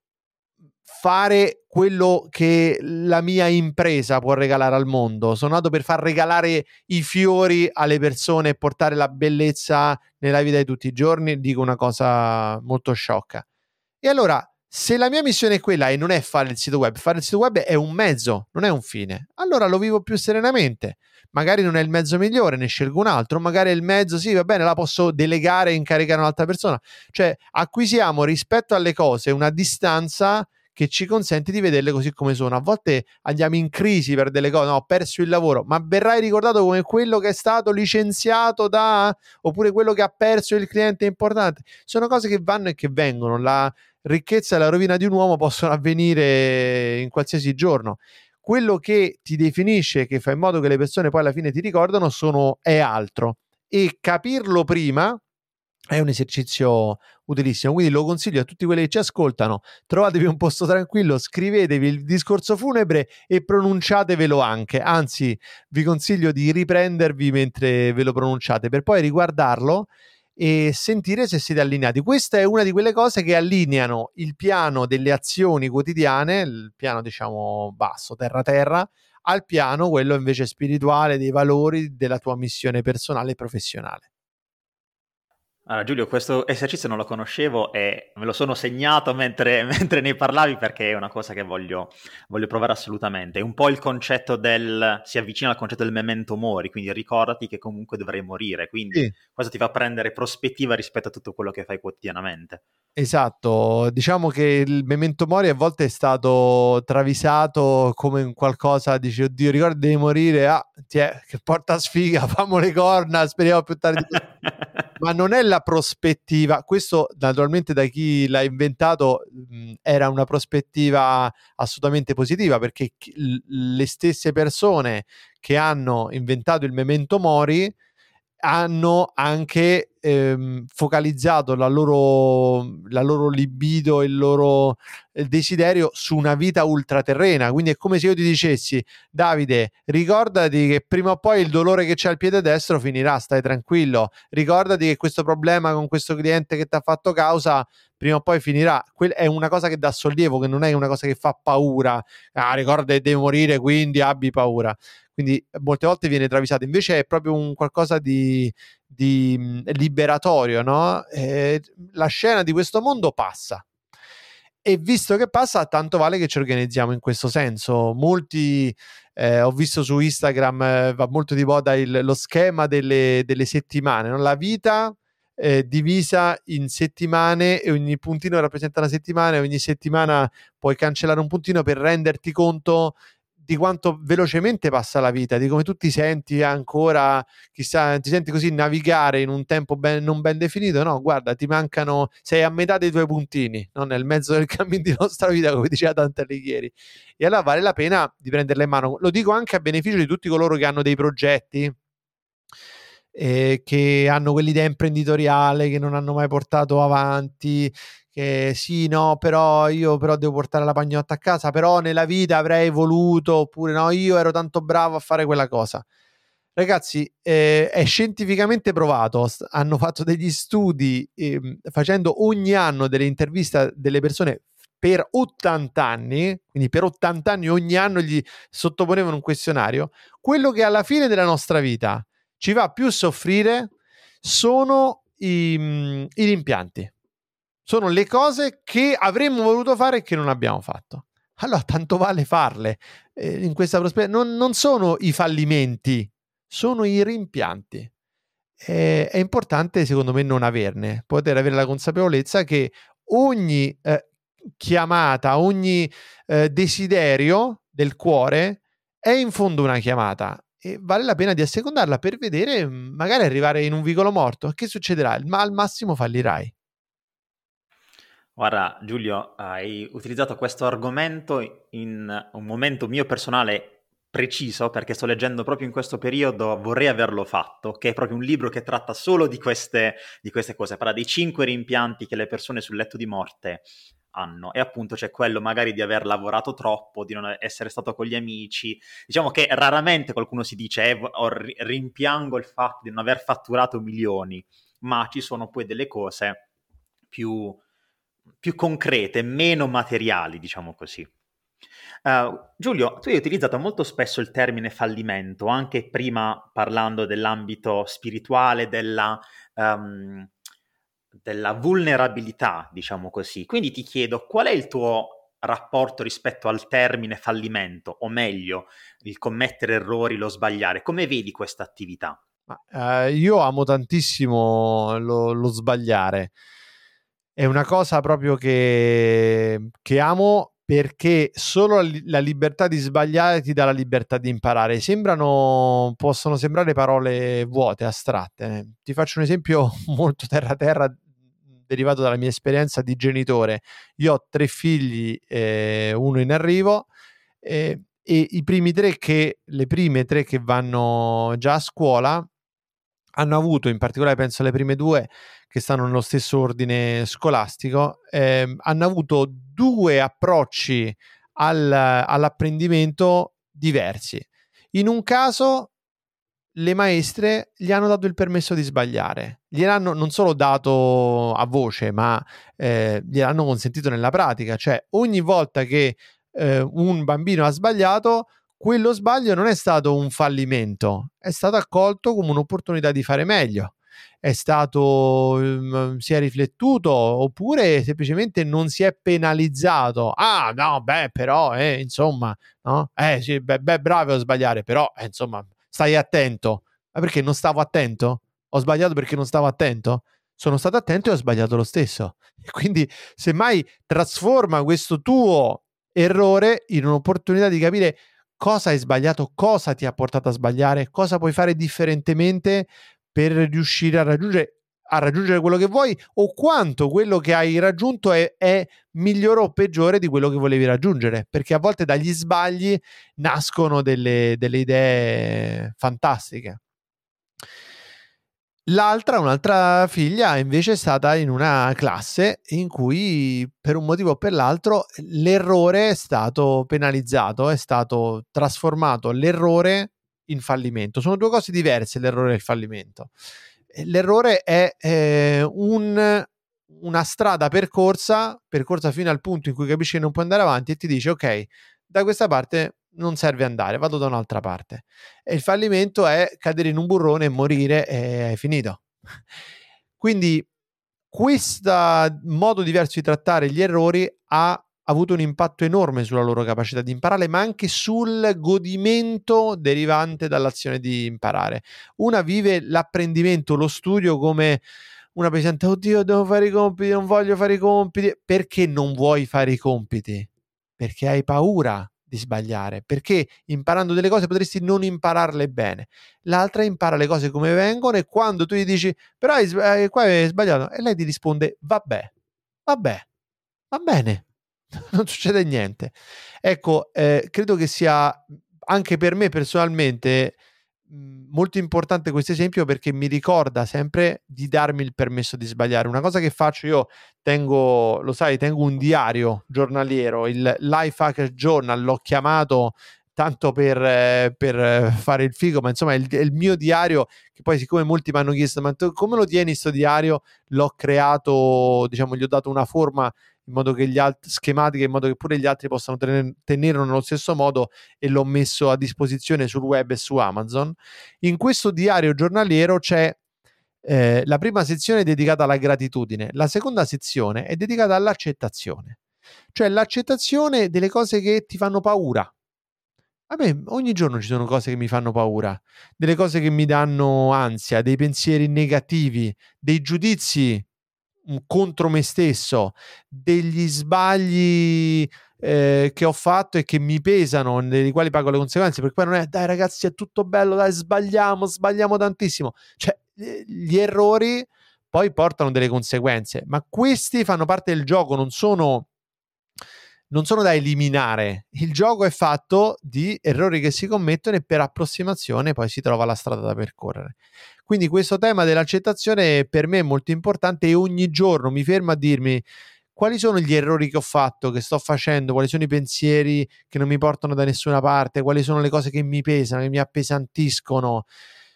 fare quello che la mia impresa può regalare al mondo? Sono nato per far regalare i fiori alle persone e portare la bellezza nella vita di tutti i giorni? Dico una cosa molto sciocca. E allora, se la mia missione è quella e non è fare il sito web è un mezzo, non è un fine, allora lo vivo più serenamente. Magari non è il mezzo migliore, ne scelgo un altro, magari è il mezzo, sì, va bene, la posso delegare e incaricare un'altra persona. Cioè, acquisiamo rispetto alle cose una distanza che ci consente di vederle così come sono. A volte andiamo in crisi per delle cose, no, ho perso il lavoro, ma verrai ricordato come quello che è stato licenziato oppure quello che ha perso il cliente importante. Sono cose che vanno e che vengono. La ricchezza e la rovina di un uomo possono avvenire in qualsiasi giorno. Quello che ti definisce, che fa in modo che le persone poi alla fine ti ricordano, è altro, e capirlo prima è un esercizio utilissimo. Quindi lo consiglio a tutti quelli che ci ascoltano: trovatevi un posto tranquillo, scrivetevi il discorso funebre e pronunciatevelo anche, anzi vi consiglio di riprendervi mentre ve lo pronunciate per poi riguardarlo e sentire se siete allineati. Questa è una di quelle cose che allineano il piano delle azioni quotidiane, il piano diciamo basso, terra, al piano quello invece spirituale, dei valori, della tua missione personale e professionale. Allora, Giulio, questo esercizio non lo conoscevo e me lo sono segnato mentre ne parlavi, perché è una cosa che voglio provare assolutamente. È un po' il concetto si avvicina al concetto del memento mori, quindi ricordati che comunque dovrai morire, quindi Sì. questo ti fa prendere prospettiva rispetto a tutto quello che fai quotidianamente. Esatto, diciamo che il memento mori a volte è stato travisato come un qualcosa, dici oddio ricorda devi morire, che porta sfiga, famo le corna, speriamo più tardi. Ma non è la prospettiva, questo naturalmente da chi l'ha inventato era una prospettiva assolutamente positiva, perché le stesse persone che hanno inventato il memento mori hanno anche focalizzato la loro libido, il loro desiderio su una vita ultraterrena. Quindi è come se io ti dicessi: Davide, ricordati che prima o poi il dolore che c'è al piede destro finirà, stai tranquillo, ricordati che questo problema con questo cliente che ti ha fatto causa prima o poi finirà. È una cosa che dà sollievo, che non è una cosa che fa paura. Ricorda che devi morire, quindi abbi paura. Quindi molte volte viene travisato, invece è proprio un qualcosa di liberatorio, no? La scena di questo mondo passa, e visto che passa, tanto vale che ci organizziamo in questo senso. Molti ho visto su Instagram, va molto di moda lo schema delle settimane, no? La vita divisa in settimane, e ogni puntino rappresenta una settimana, e ogni settimana puoi cancellare un puntino per renderti conto di quanto velocemente passa la vita, di come tu ti senti ancora, chissà, ti senti così navigare in un tempo non ben definito. No, guarda, ti mancano, sei a metà dei tuoi puntini, no? Nel mezzo del cammino di nostra vita, come diceva Dante Alighieri. E allora vale la pena di prenderla in mano. Lo dico anche a beneficio di tutti coloro che hanno dei progetti, che hanno quell'idea imprenditoriale che non hanno mai portato avanti, che sì, no, però io devo portare la pagnotta a casa, però nella vita avrei voluto, oppure no, io ero tanto bravo a fare quella cosa. Ragazzi, è scientificamente provato, hanno fatto degli studi facendo ogni anno delle interviste delle persone per 80 anni, quindi per 80 anni ogni anno gli sottoponevano un questionario. Quello che alla fine della nostra vita ci fa più soffrire sono i rimpianti, sono le cose che avremmo voluto fare e che non abbiamo fatto. Allora tanto vale farle. In questa prospettiva non sono i fallimenti, sono i rimpianti. È importante secondo me non averne, poter avere la consapevolezza che ogni chiamata, ogni desiderio del cuore è in fondo una chiamata, e vale la pena di assecondarla per vedere, magari arrivare in un vicolo morto. Che succederà? Ma al massimo fallirai. Guarda, Giulio, hai utilizzato questo argomento in un momento mio personale preciso, perché sto leggendo proprio in questo periodo Vorrei averlo fatto, che è proprio un libro che tratta solo di queste cose, parla dei 5 rimpianti che le persone sul letto di morte hanno, e appunto c'è quello magari di aver lavorato troppo, di non essere stato con gli amici. Diciamo che raramente qualcuno si dice rimpiango il fatto di non aver fatturato milioni, ma ci sono poi delle cose più concrete, meno materiali, diciamo così. Giulio, tu hai utilizzato molto spesso il termine fallimento, anche prima parlando dell'ambito spirituale, della vulnerabilità, diciamo così. Quindi ti chiedo, qual è il tuo rapporto rispetto al termine fallimento, o meglio, il commettere errori, lo sbagliare? Come vedi questa attività? Io amo tantissimo lo sbagliare. È una cosa proprio che amo, perché solo la libertà di sbagliare ti dà la libertà di imparare. Possono sembrare parole vuote, astratte. Ti faccio un esempio molto terra derivato dalla mia esperienza di genitore. Io ho 3 figli, uno in arrivo, e le prime 3 che vanno già a scuola hanno avuto, in particolare penso alle prime 2 che stanno nello stesso ordine scolastico, hanno avuto 2 approcci all'apprendimento diversi. In un caso le maestre gli hanno dato il permesso di sbagliare, gliel'hanno non solo dato a voce, ma gliel'hanno consentito nella pratica, cioè ogni volta che un bambino ha sbagliato, quello sbaglio non è stato un fallimento, è stato accolto come un'opportunità di fare meglio. Si è riflettuto, oppure semplicemente non si è penalizzato. Ah, no, beh, però, insomma, no? Sì, bravo a sbagliare, però, insomma, stai attento. Ma perché non stavo attento? Ho sbagliato perché non stavo attento? Sono stato attento e ho sbagliato lo stesso. E quindi, semmai, trasforma questo tuo errore in un'opportunità di capire cosa hai sbagliato, cosa ti ha portato a sbagliare, cosa puoi fare differentemente per riuscire a raggiungere quello che vuoi, o quanto quello che hai raggiunto è migliore o peggiore di quello che volevi raggiungere, perché a volte dagli sbagli nascono delle idee fantastiche. Un'altra figlia invece è stata in una classe in cui per un motivo o per l'altro l'errore è stato penalizzato, è stato trasformato l'errore in fallimento. Sono 2 cose diverse, l'errore e il fallimento. L'errore è una strada percorsa fino al punto in cui capisci che non puoi andare avanti e ti dici ok, da questa parte non serve andare, vado da un'altra parte. E il fallimento è cadere in un burrone e morire e hai finito. Quindi questo modo diverso di trattare gli errori ha avuto un impatto enorme sulla loro capacità di imparare, ma anche sul godimento derivante dall'azione di imparare. Una vive l'apprendimento, lo studio come una pesante, oddio, devo fare i compiti, non voglio fare i compiti. Perché non vuoi fare i compiti? Perché hai paura di sbagliare, perché imparando delle cose potresti non impararle bene. L'altra impara le cose come vengono, e quando tu gli dici però qua hai sbagliato, e lei ti risponde vabbè, va bene, non succede niente. Ecco, credo che sia anche per me personalmente molto importante questo esempio, perché mi ricorda sempre di darmi il permesso di sbagliare. Una cosa che faccio io, tengo un diario giornaliero, il Life Hacker Journal, l'ho chiamato tanto per fare il figo, ma insomma è il mio diario, che poi siccome molti mi hanno chiesto ma tu come lo tieni sto diario, l'ho creato, diciamo, gli ho dato una forma in modo che schematica, in modo che pure gli altri possano tenerlo nello stesso modo, e l'ho messo a disposizione sul web e su Amazon. In questo diario giornaliero c'è la prima sezione è dedicata alla gratitudine, la seconda sezione è dedicata all'accettazione, cioè l'accettazione delle cose che ti fanno paura. A me ogni giorno ci sono cose che mi fanno paura, delle cose che mi danno ansia, dei pensieri negativi, dei giudizi contro me stesso, degli sbagli che ho fatto e che mi pesano, dei quali pago le conseguenze, perché poi non è dai ragazzi è tutto bello, dai sbagliamo tantissimo, cioè gli errori poi portano delle conseguenze, ma questi fanno parte del gioco, non sono da eliminare. Il gioco è fatto di errori che si commettono e per approssimazione poi si trova la strada da percorrere. Quindi questo tema dell'accettazione per me è molto importante, e ogni giorno mi fermo a dirmi quali sono gli errori che ho fatto, che sto facendo, quali sono i pensieri che non mi portano da nessuna parte, quali sono le cose che mi pesano, che mi appesantiscono,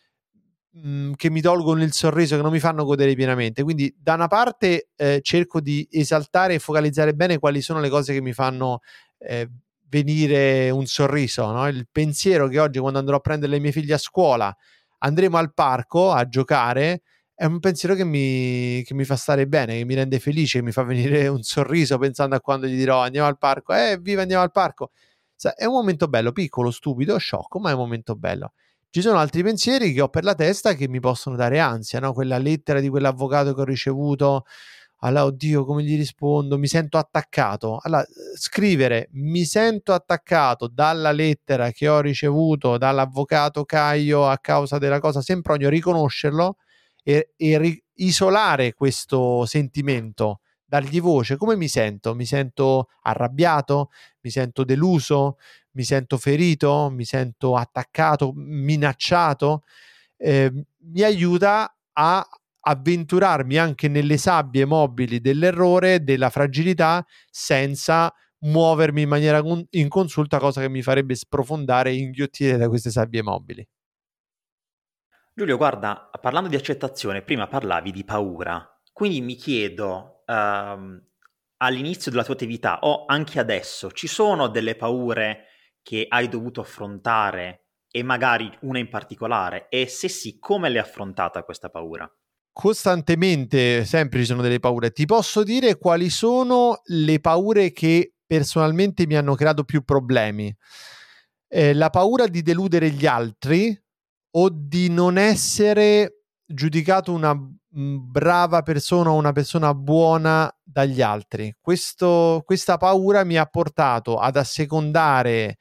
che mi tolgono il sorriso, che non mi fanno godere pienamente. Quindi da una parte cerco di esaltare e focalizzare bene quali sono le cose che mi fanno venire un sorriso, no? Il pensiero che oggi, quando andrò a prendere le mie figlie a scuola, andremo al parco a giocare, è un pensiero che mi fa stare bene, che mi rende felice, che mi fa venire un sorriso pensando a quando gli dirò andiamo al parco, viva, andiamo al parco. È un momento bello, piccolo, stupido, sciocco, ma è un momento bello. Ci sono altri pensieri che ho per la testa che mi possono dare ansia, no? Quella lettera di quell'avvocato che ho ricevuto, allora, oddio, come gli rispondo? Mi sento attaccato. Allora, scrivere mi sento attaccato dalla lettera che ho ricevuto dall'avvocato Caio a causa della cosa Sempronio, riconoscerlo e isolare questo sentimento, dargli voce. Come mi sento? Mi sento arrabbiato? Mi sento deluso? Mi sento ferito? Mi sento attaccato? Minacciato? Mi aiuta a avventurarmi anche nelle sabbie mobili dell'errore, della fragilità, senza muovermi in maniera inconsulta, cosa che mi farebbe sprofondare e inghiottire da queste sabbie mobili. Giulio, guarda, parlando di accettazione, prima parlavi di paura, quindi mi chiedo, all'inizio della tua attività o anche adesso, ci sono delle paure che hai dovuto affrontare e magari una in particolare? E se sì, come l'hai affrontata questa paura? Costantemente, sempre ci sono delle paure. Ti posso dire quali sono le paure che personalmente mi hanno creato più problemi. La paura di deludere gli altri o di non essere giudicato una brava persona o una persona buona dagli altri. Questa paura mi ha portato ad assecondare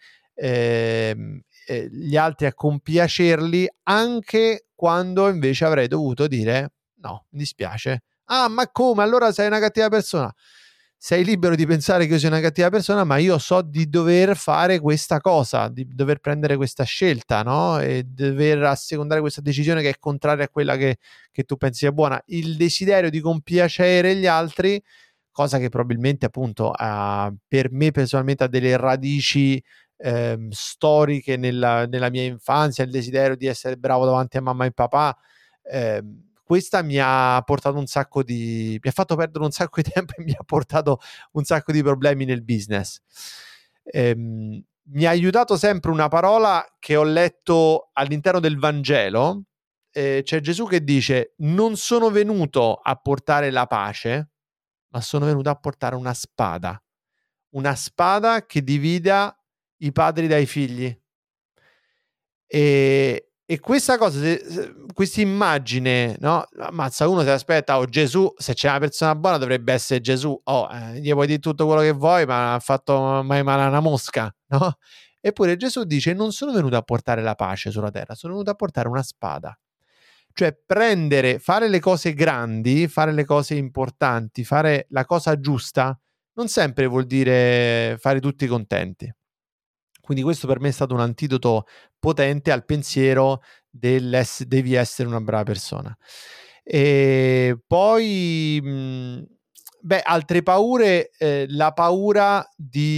gli altri, a compiacerli, anche quando invece avrei dovuto dire no, mi dispiace. Ah, ma come? Allora sei una cattiva persona? Sei libero di pensare che io sia una cattiva persona, ma io so di dover fare questa cosa, di dover prendere questa scelta, no? E dover assecondare questa decisione che è contraria a quella che tu pensi sia buona. Il desiderio di compiacere gli altri, cosa che probabilmente appunto per me personalmente ha delle radici storiche nella mia infanzia, il desiderio di essere bravo davanti a mamma e papà. Questa mi ha portato mi ha fatto perdere un sacco di tempo e mi ha portato un sacco di problemi nel business. Mi ha aiutato sempre una parola che ho letto all'interno del Vangelo. C'è Gesù che dice: non sono venuto a portare la pace, ma sono venuto a portare una spada che divida i padri dai figli. E questa cosa, questa immagine, no? Ammazza, uno si aspetta, Gesù, se c'è una persona buona dovrebbe essere Gesù, gli puoi dire tutto quello che vuoi, ma ha fatto mai male a una mosca, no? Eppure Gesù dice: non sono venuto a portare la pace sulla terra, sono venuto a portare una spada. Cioè fare le cose grandi, fare le cose importanti, fare la cosa giusta, non sempre vuol dire fare tutti contenti. Quindi questo per me è stato un antidoto potente al pensiero devi essere una brava persona. E poi, altre paure, la paura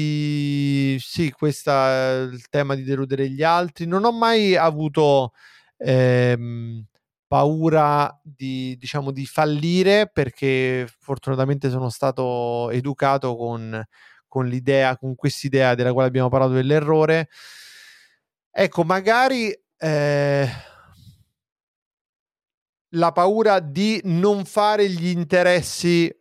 il tema di deludere gli altri. Non ho mai avuto paura di fallire, perché fortunatamente sono stato educato con quest'idea della quale abbiamo parlato, dell'errore. Ecco, magari la paura di non fare gli interessi,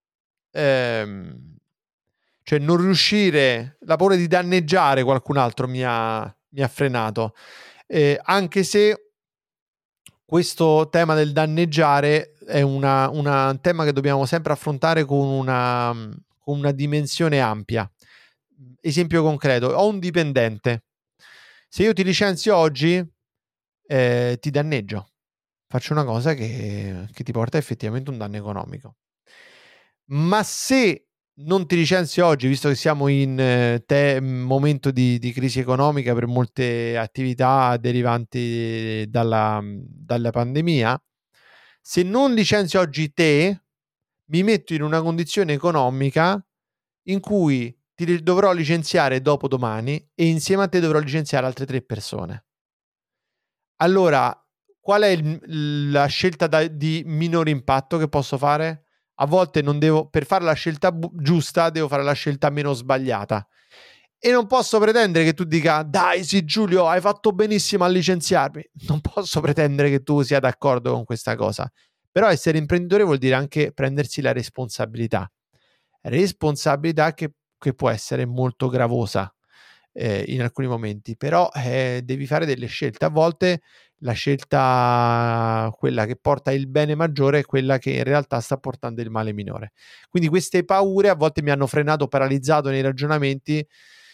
cioè non riuscire, la paura di danneggiare qualcun altro mi ha frenato, anche se questo tema del danneggiare è un tema che dobbiamo sempre affrontare con una dimensione ampia. Esempio concreto: ho un dipendente, se io ti licenzio oggi, ti danneggio, faccio una cosa che ti porta effettivamente un danno economico. Ma se non ti licenzio oggi, visto che siamo in momento di crisi economica per molte attività derivanti dalla pandemia, se non licenzio oggi te, mi metto in una condizione economica in cui ti dovrò licenziare dopodomani e insieme a te dovrò licenziare altre 3 persone. Allora, qual è la scelta di minore impatto che posso fare? A volte per fare la scelta giusta, devo fare la scelta meno sbagliata. E non posso pretendere che tu dica: dai, sì, Giulio, hai fatto benissimo a licenziarmi. Non posso pretendere che tu sia d'accordo con questa cosa. Però essere imprenditore vuol dire anche prendersi la responsabilità. Responsabilità che può essere molto gravosa in alcuni momenti, però devi fare delle scelte. A volte la scelta, quella che porta il bene maggiore, è quella che in realtà sta portando il male minore. Quindi queste paure a volte mi hanno frenato, paralizzato nei ragionamenti,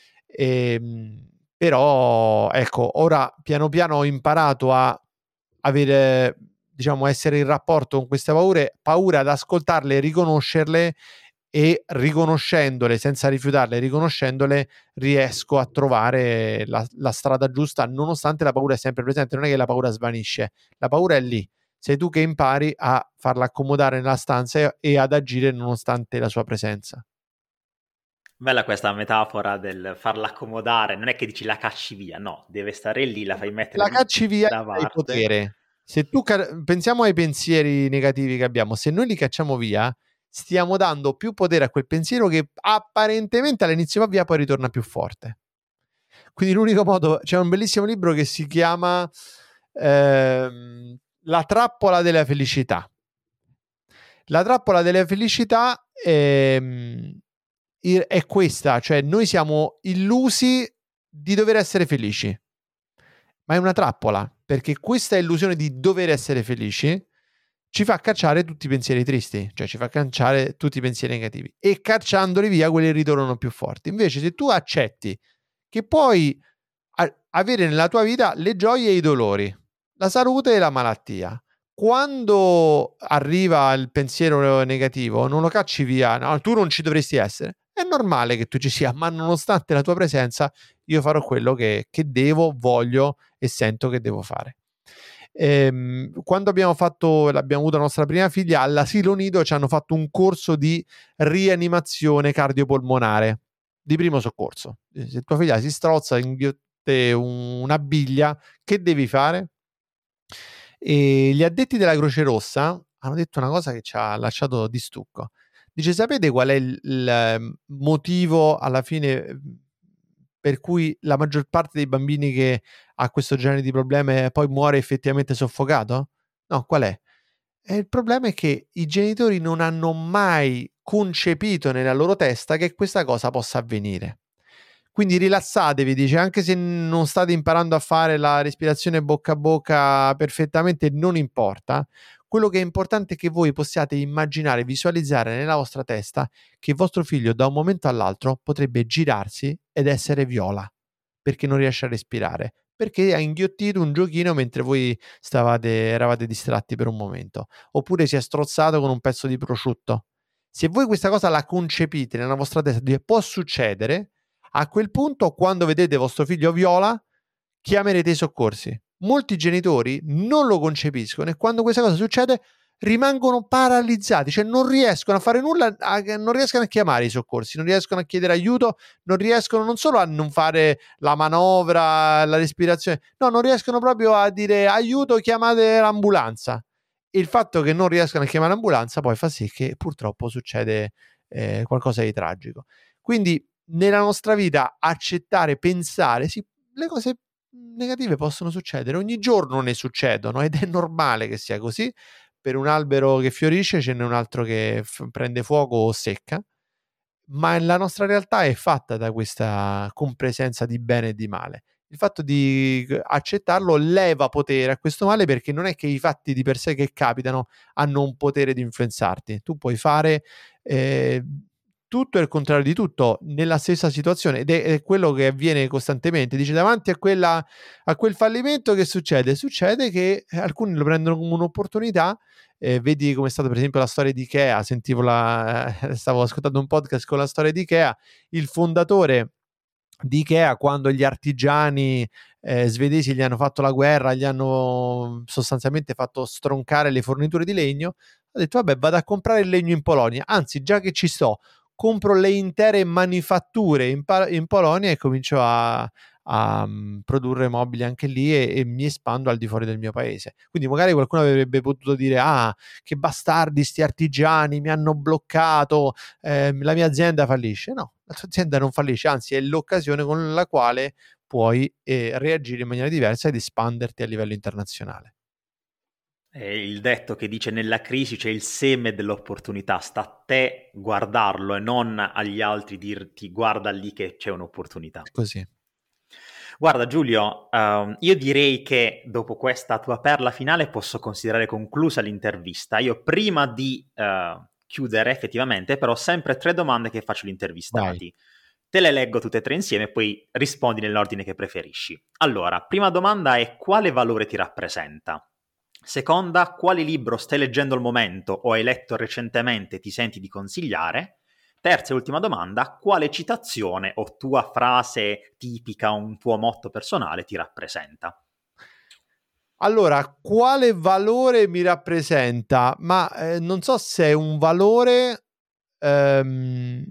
però ecco, ora piano piano ho imparato a avere, diciamo, essere in rapporto con queste paure ad ascoltarle, riconoscerle, e riconoscendole, senza rifiutarle, riconoscendole, riesco a trovare la strada giusta, nonostante la paura è sempre presente. Non è che la paura svanisce, la paura è lì, sei tu che impari a farla accomodare nella stanza e ad agire nonostante la sua presenza. Bella questa metafora del farla accomodare, non è che dici la cacci via, no, deve stare lì, la fai mettere La cacci via da il parte. potere. Se tu pensiamo ai pensieri negativi che abbiamo, se noi li cacciamo via, stiamo dando più potere a quel pensiero che apparentemente all'inizio va via, poi ritorna più forte. Quindi l'unico modo, c'è un bellissimo libro che si chiama La trappola della felicità. La trappola della felicità è questa, cioè noi siamo illusi di dover essere felici, ma è una trappola, perché questa illusione di dover essere felici ci fa cacciare tutti i pensieri tristi, cioè ci fa cacciare tutti i pensieri negativi, e cacciandoli via quelli ritornano più forti. Invece se tu accetti che puoi avere nella tua vita le gioie e i dolori, la salute e la malattia, quando arriva il pensiero negativo non lo cacci via, no, tu non ci dovresti essere, è normale che tu ci sia, ma nonostante la tua presenza io farò quello che devo, voglio e sento che devo fare. Quando abbiamo avuto la nostra prima figlia, all'asilo nido ci hanno fatto un corso di rianimazione cardiopolmonare, di primo soccorso. Se tua figlia si strozza, inghiotte una biglia, che devi fare? E gli addetti della Croce Rossa hanno detto una cosa che ci ha lasciato di stucco. Dice: sapete qual è il motivo alla fine per cui la maggior parte dei bambini che ha questo genere di problemi poi muore effettivamente soffocato? No, qual è? E il problema è che i genitori non hanno mai concepito nella loro testa che questa cosa possa avvenire. Quindi rilassatevi, dice, anche se non state imparando a fare la respirazione bocca a bocca perfettamente, non importa. Quello che è importante è che voi possiate immaginare, visualizzare nella vostra testa che vostro figlio da un momento all'altro potrebbe girarsi ed essere viola, perché non riesce a respirare, perché ha inghiottito un giochino mentre voi eravate distratti per un momento, oppure si è strozzato con un pezzo di prosciutto. Se voi questa cosa la concepite nella vostra testa, può succedere, a quel punto, quando vedete vostro figlio viola, chiamerete i soccorsi. Molti genitori non lo concepiscono e quando questa cosa succede rimangono paralizzati, cioè non riescono a fare nulla, non riescono a chiamare i soccorsi, non riescono a chiedere aiuto, non riescono non solo a non fare la manovra, la respirazione, no, non riescono proprio a dire aiuto, chiamate l'ambulanza. E il fatto che non riescano a chiamare l'ambulanza poi fa sì che purtroppo succede qualcosa di tragico. Quindi nella nostra vita accettare, pensare, sì, le cose negative possono succedere, ogni giorno ne succedono ed è normale che sia così. Per un albero che fiorisce ce n'è un altro che prende fuoco o secca, ma la nostra realtà è fatta da questa compresenza di bene e di male. Il fatto di accettarlo leva potere a questo male, perché non è che i fatti di per sé che capitano hanno un potere di influenzarti. Tu puoi fare tutto e il contrario di tutto nella stessa situazione, ed è quello che avviene costantemente. Dice, davanti a quel fallimento che succede? Succede che alcuni lo prendono come un'opportunità. Vedi come è stata per esempio la storia di Ikea. Stavo ascoltando un podcast con la storia di Ikea. Il fondatore di Ikea, quando gli artigiani svedesi gli hanno fatto la guerra, gli hanno sostanzialmente fatto stroncare le forniture di legno, ha detto vabbè, vado a comprare il legno in Polonia, anzi già che ci sto compro le intere manifatture in Polonia e comincio a produrre mobili anche lì, e mi espando al di fuori del mio paese. Quindi magari qualcuno avrebbe potuto dire che bastardi sti artigiani, mi hanno bloccato, la mia azienda fallisce. No, la tua azienda non fallisce, anzi è l'occasione con la quale puoi reagire in maniera diversa ed espanderti a livello internazionale. È il detto che dice nella crisi c'è il seme dell'opportunità, sta a te guardarlo e non agli altri dirti guarda lì che c'è un'opportunità. Così. Guarda Giulio, io direi che dopo questa tua perla finale posso considerare conclusa l'intervista. Io prima di chiudere effettivamente, però ho sempre 3 domande che faccio agli Vai. intervistati. Te le leggo tutte e 3 insieme e poi rispondi nell'ordine che preferisci. Allora, prima domanda è: quale valore ti rappresenta? Seconda, quale libro stai leggendo al momento o hai letto recentemente e ti senti di consigliare? Terza e ultima domanda: quale citazione o tua frase tipica, un tuo motto personale ti rappresenta? Allora, quale valore mi rappresenta? Ma non so se è un valore, ehm,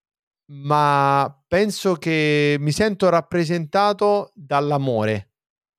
ma penso che mi sento rappresentato dall'amore.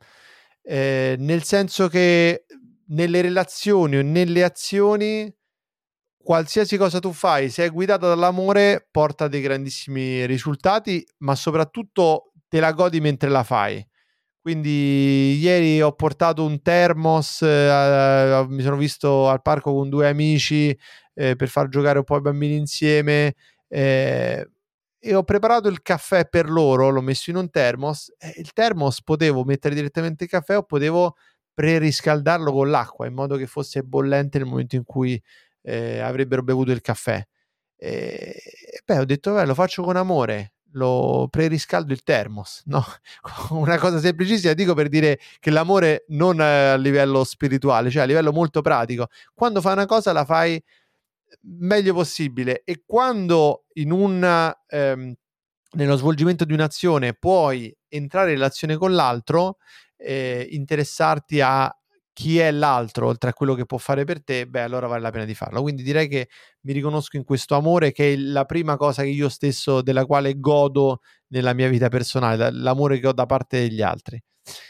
Nel senso che nelle relazioni o nelle azioni, qualsiasi cosa tu fai, se è guidata dall'amore, porta a dei grandissimi risultati, ma soprattutto te la godi mentre la fai. Quindi ieri ho portato un thermos, mi sono visto al parco con 2 amici, per far giocare un po' i bambini insieme, ehm, e ho preparato il caffè per loro, l'ho messo in un thermos, e il thermos potevo mettere direttamente il caffè o potevo preriscaldarlo con l'acqua in modo che fosse bollente nel momento in cui, avrebbero bevuto il caffè. Beh, ho detto: lo faccio con amore, lo preriscaldo il thermos", no, una cosa semplicissima, dico per dire che l'amore non a livello spirituale, cioè a livello molto pratico. Quando fai una cosa la fai meglio possibile, e quando in un nello svolgimento di un'azione puoi entrare in relazione con l'altro, interessarti a chi è l'altro oltre a quello che può fare per te, beh, allora vale la pena di farlo. Quindi direi che mi riconosco in questo amore, che è la prima cosa che io stesso della quale godo nella mia vita personale, l'amore che ho da parte degli altri.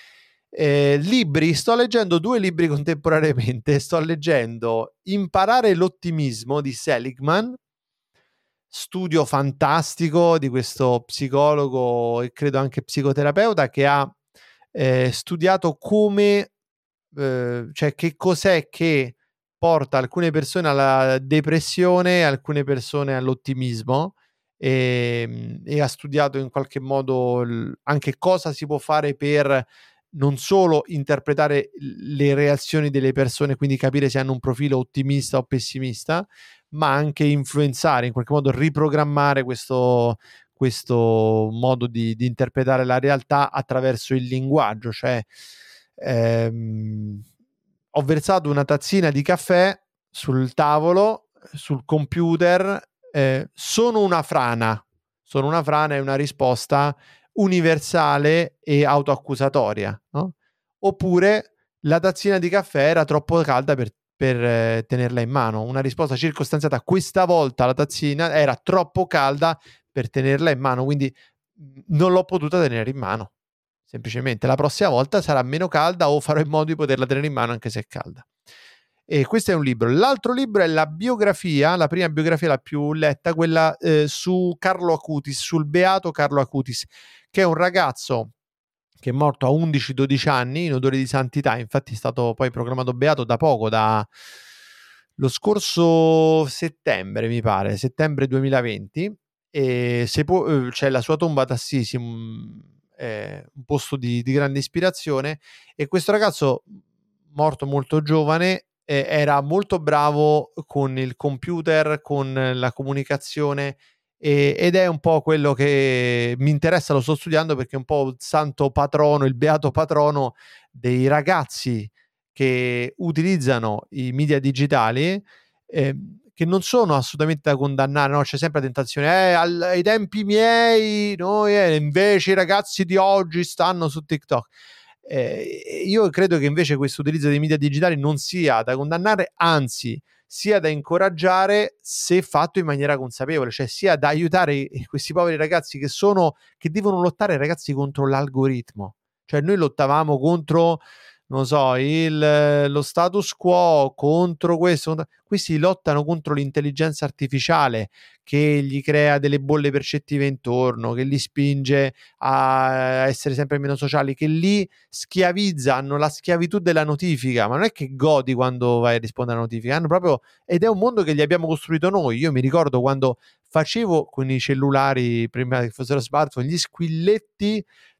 Libri, sto leggendo 2 libri contemporaneamente. Sto leggendo Imparare l'ottimismo di Seligman, studio fantastico di questo psicologo e credo anche psicoterapeuta, che ha studiato come, cioè che cos'è che porta alcune persone alla depressione, alcune persone all'ottimismo, e ha studiato in qualche modo anche cosa si può fare per non solo interpretare le reazioni delle persone, quindi capire se hanno un profilo ottimista o pessimista, ma anche influenzare, in qualche modo riprogrammare questo modo di interpretare la realtà attraverso il linguaggio. Cioè, ho versato una tazzina di caffè sul tavolo, sul computer, sono una frana. Sono una frana è una risposta universale e autoaccusatoria, no? Oppure la tazzina di caffè era troppo calda per tenerla in mano. Una risposta circostanziata: questa volta la tazzina era troppo calda per tenerla in mano, quindi non l'ho potuta tenere in mano. Semplicemente la prossima volta sarà meno calda o farò in modo di poterla tenere in mano anche se è calda. E questo è un libro. L'altro libro è la biografia, la prima biografia, la più letta, quella su Carlo Acutis, sul beato Carlo Acutis, che è un ragazzo che è morto a 11-12 anni in odore di santità. Infatti è stato poi proclamato beato da poco, da lo scorso settembre, mi pare, settembre 2020, e c'è la sua tomba ad Assisi, un posto di grande ispirazione. E questo ragazzo, morto molto giovane, era molto bravo con il computer, con la comunicazione, ed è un po' quello che mi interessa, lo sto studiando perché è un po' il santo patrono, il beato patrono dei ragazzi che utilizzano i media digitali, che non sono assolutamente da condannare, no? C'è sempre la tentazione, ai tempi miei, noi, invece i ragazzi di oggi stanno su TikTok. Io credo che invece questo utilizzo dei media digitali non sia da condannare, anzi sia da incoraggiare se fatto in maniera consapevole, cioè sia da aiutare questi poveri ragazzi che devono lottare, ragazzi, contro l'algoritmo. Cioè noi lottavamo contro, non so, lo status quo, contro questo, questi lottano contro l'intelligenza artificiale che gli crea delle bolle percettive intorno, che li spinge a essere sempre meno sociali, che li schiavizza, hanno la schiavitù della notifica, ma non è che godi quando vai a rispondere alla notifica, hanno proprio, ed è un mondo che gli abbiamo costruito noi. Io mi ricordo quando facevo con i cellulari, prima che fossero smartphone, gli squilletti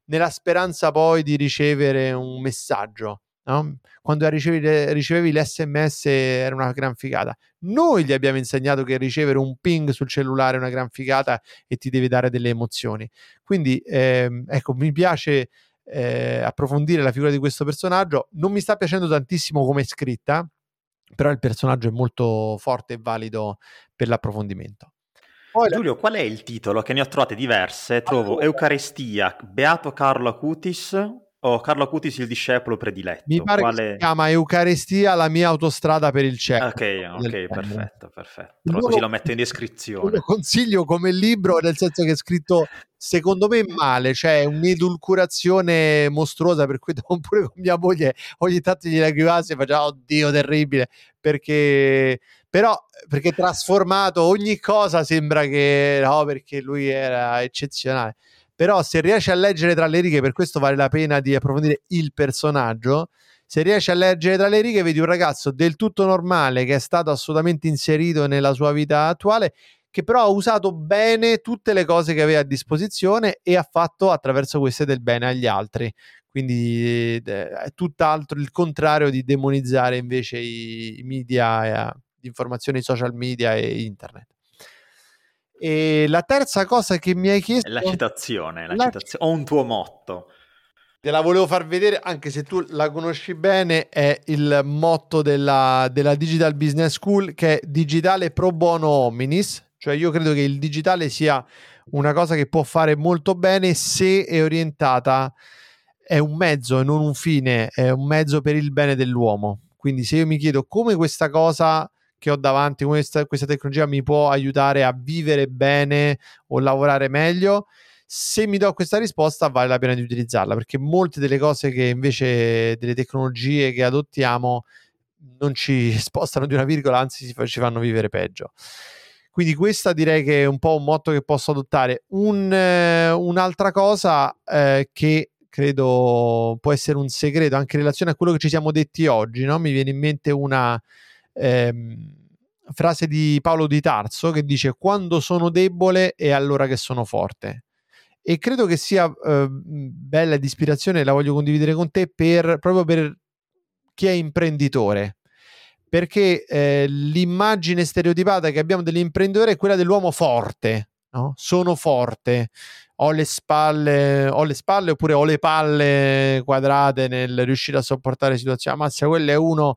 nella speranza poi di ricevere un messaggio, no? Quando ricevevi l'SMS era una gran figata. Noi gli abbiamo insegnato che ricevere un ping sul cellulare è una gran figata e ti deve dare delle emozioni. Quindi ecco, mi piace approfondire la figura di questo personaggio. Non mi sta piacendo tantissimo come è scritta, però il personaggio è molto forte e valido per l'approfondimento. Poi Giulio, qual è il titolo? Che ne ho trovate diverse. Trovo Eucaristia, Beato Carlo Acutis o Carlo Acutis il discepolo prediletto. mi pare che si chiama Eucaristia, la mia autostrada per il cielo. Ok, perfetto. Così lo metto in descrizione. Lo consiglio come libro, nel senso che è scritto secondo me male, cioè un'edulcurazione mostruosa, per cui pure con mia moglie ogni tanto gli lacrimasse e faceva oddio terribile, perché trasformato ogni cosa sembra che no, perché lui era eccezionale. Però se riesci a leggere tra le righe, per questo vale la pena di approfondire il personaggio, se riesci a leggere tra le righe vedi un ragazzo del tutto normale che è stato assolutamente inserito nella sua vita attuale, che però ha usato bene tutte le cose che aveva a disposizione e ha fatto attraverso queste del bene agli altri. Quindi è tutt'altro il contrario di demonizzare invece i media di informazione, i social media e internet. E la terza cosa che mi hai chiesto... La citazione. Ho un tuo motto. Te la volevo far vedere, anche se tu la conosci bene, è il motto della Digital Business School, che è digitale pro bono hominis, cioè io credo che il digitale sia una cosa che può fare molto bene se è orientata, è un mezzo e non un fine, è un mezzo per il bene dell'uomo. Quindi se io mi chiedo come questa cosa che ho davanti, come questa tecnologia mi può aiutare a vivere bene o lavorare meglio, se mi do questa risposta vale la pena di utilizzarla, perché molte delle cose che invece delle tecnologie che adottiamo non ci spostano di una virgola, anzi ci fanno vivere peggio. Quindi questa direi che è un po' un motto che posso adottare. Un'altra cosa che credo può essere un segreto anche in relazione a quello che ci siamo detti oggi, no? Mi viene in mente una frase di Paolo di Tarso che dice: quando sono debole è allora che sono forte. E credo che sia bella di ispirazione, la voglio condividere con te proprio per chi è imprenditore, perché l'immagine stereotipata che abbiamo dell'imprenditore è quella dell'uomo forte, no? Sono forte, ho le spalle oppure ho le palle quadrate nel riuscire a sopportare situazioni. Ammazza, quello è uno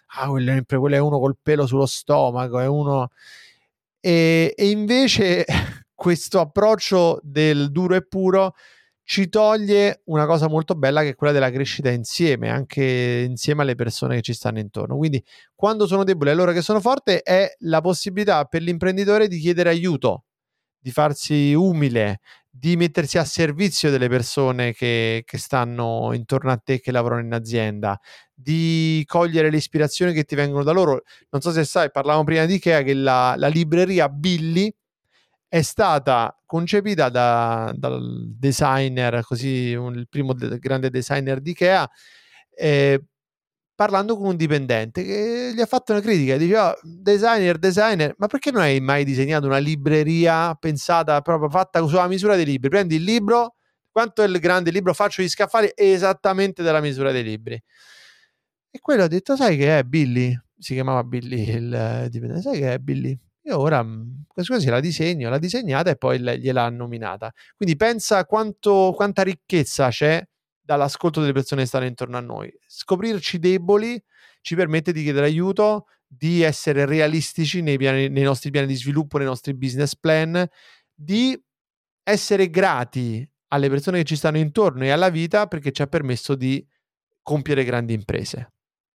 col pelo sullo stomaco, è uno... E invece questo approccio del duro e puro ci toglie una cosa molto bella, che è quella della crescita insieme, anche insieme alle persone che ci stanno intorno. Quindi quando sono debole, allora che sono forte, è la possibilità per l'imprenditore di chiedere aiuto, di farsi umile, di mettersi a servizio delle persone che stanno intorno a te, che lavorano in azienda, di cogliere le ispirazioni che ti vengono da loro. Non so se sai, parlavamo prima di Ikea, che la libreria Billy è stata concepita dal designer, così il primo grande designer di Ikea, parlando con un dipendente che gli ha fatto una critica, diceva: designer, ma perché non hai mai disegnato una libreria pensata proprio, fatta sulla misura dei libri? Prendi il libro, quanto è il grande libro, faccio gli scaffali esattamente della misura dei libri. E quello ha detto: sai che è Billy? Si chiamava Billy il dipendente. Sai che è Billy? Io ora così la disegno, l'ha disegnata e poi gliel'ha nominata. Quindi pensa quanta ricchezza c'è dall'ascolto delle persone che stanno intorno a noi. Scoprirci deboli ci permette di chiedere aiuto, di essere realistici nei nostri piani di sviluppo, nei nostri business plan, di essere grati alle persone che ci stanno intorno e alla vita, perché ci ha permesso di compiere grandi imprese.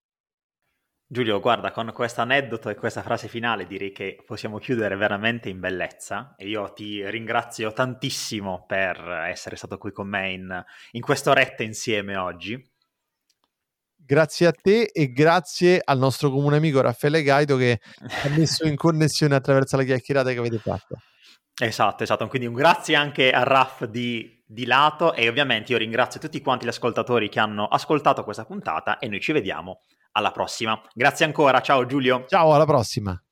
Giulio, guarda, con questo aneddoto e questa frase finale direi che possiamo chiudere veramente in bellezza, e io ti ringrazio tantissimo per essere stato qui con me in quest'oretta insieme oggi. Grazie a te e grazie al nostro comune amico Raffaele Gaito, che ha messo in connessione attraverso la chiacchierata che avete fatto. Esatto, quindi un grazie anche a Raff di lato, e ovviamente io ringrazio tutti quanti gli ascoltatori che hanno ascoltato questa puntata, e noi ci vediamo alla prossima. Grazie ancora, ciao Giulio. Ciao, alla prossima.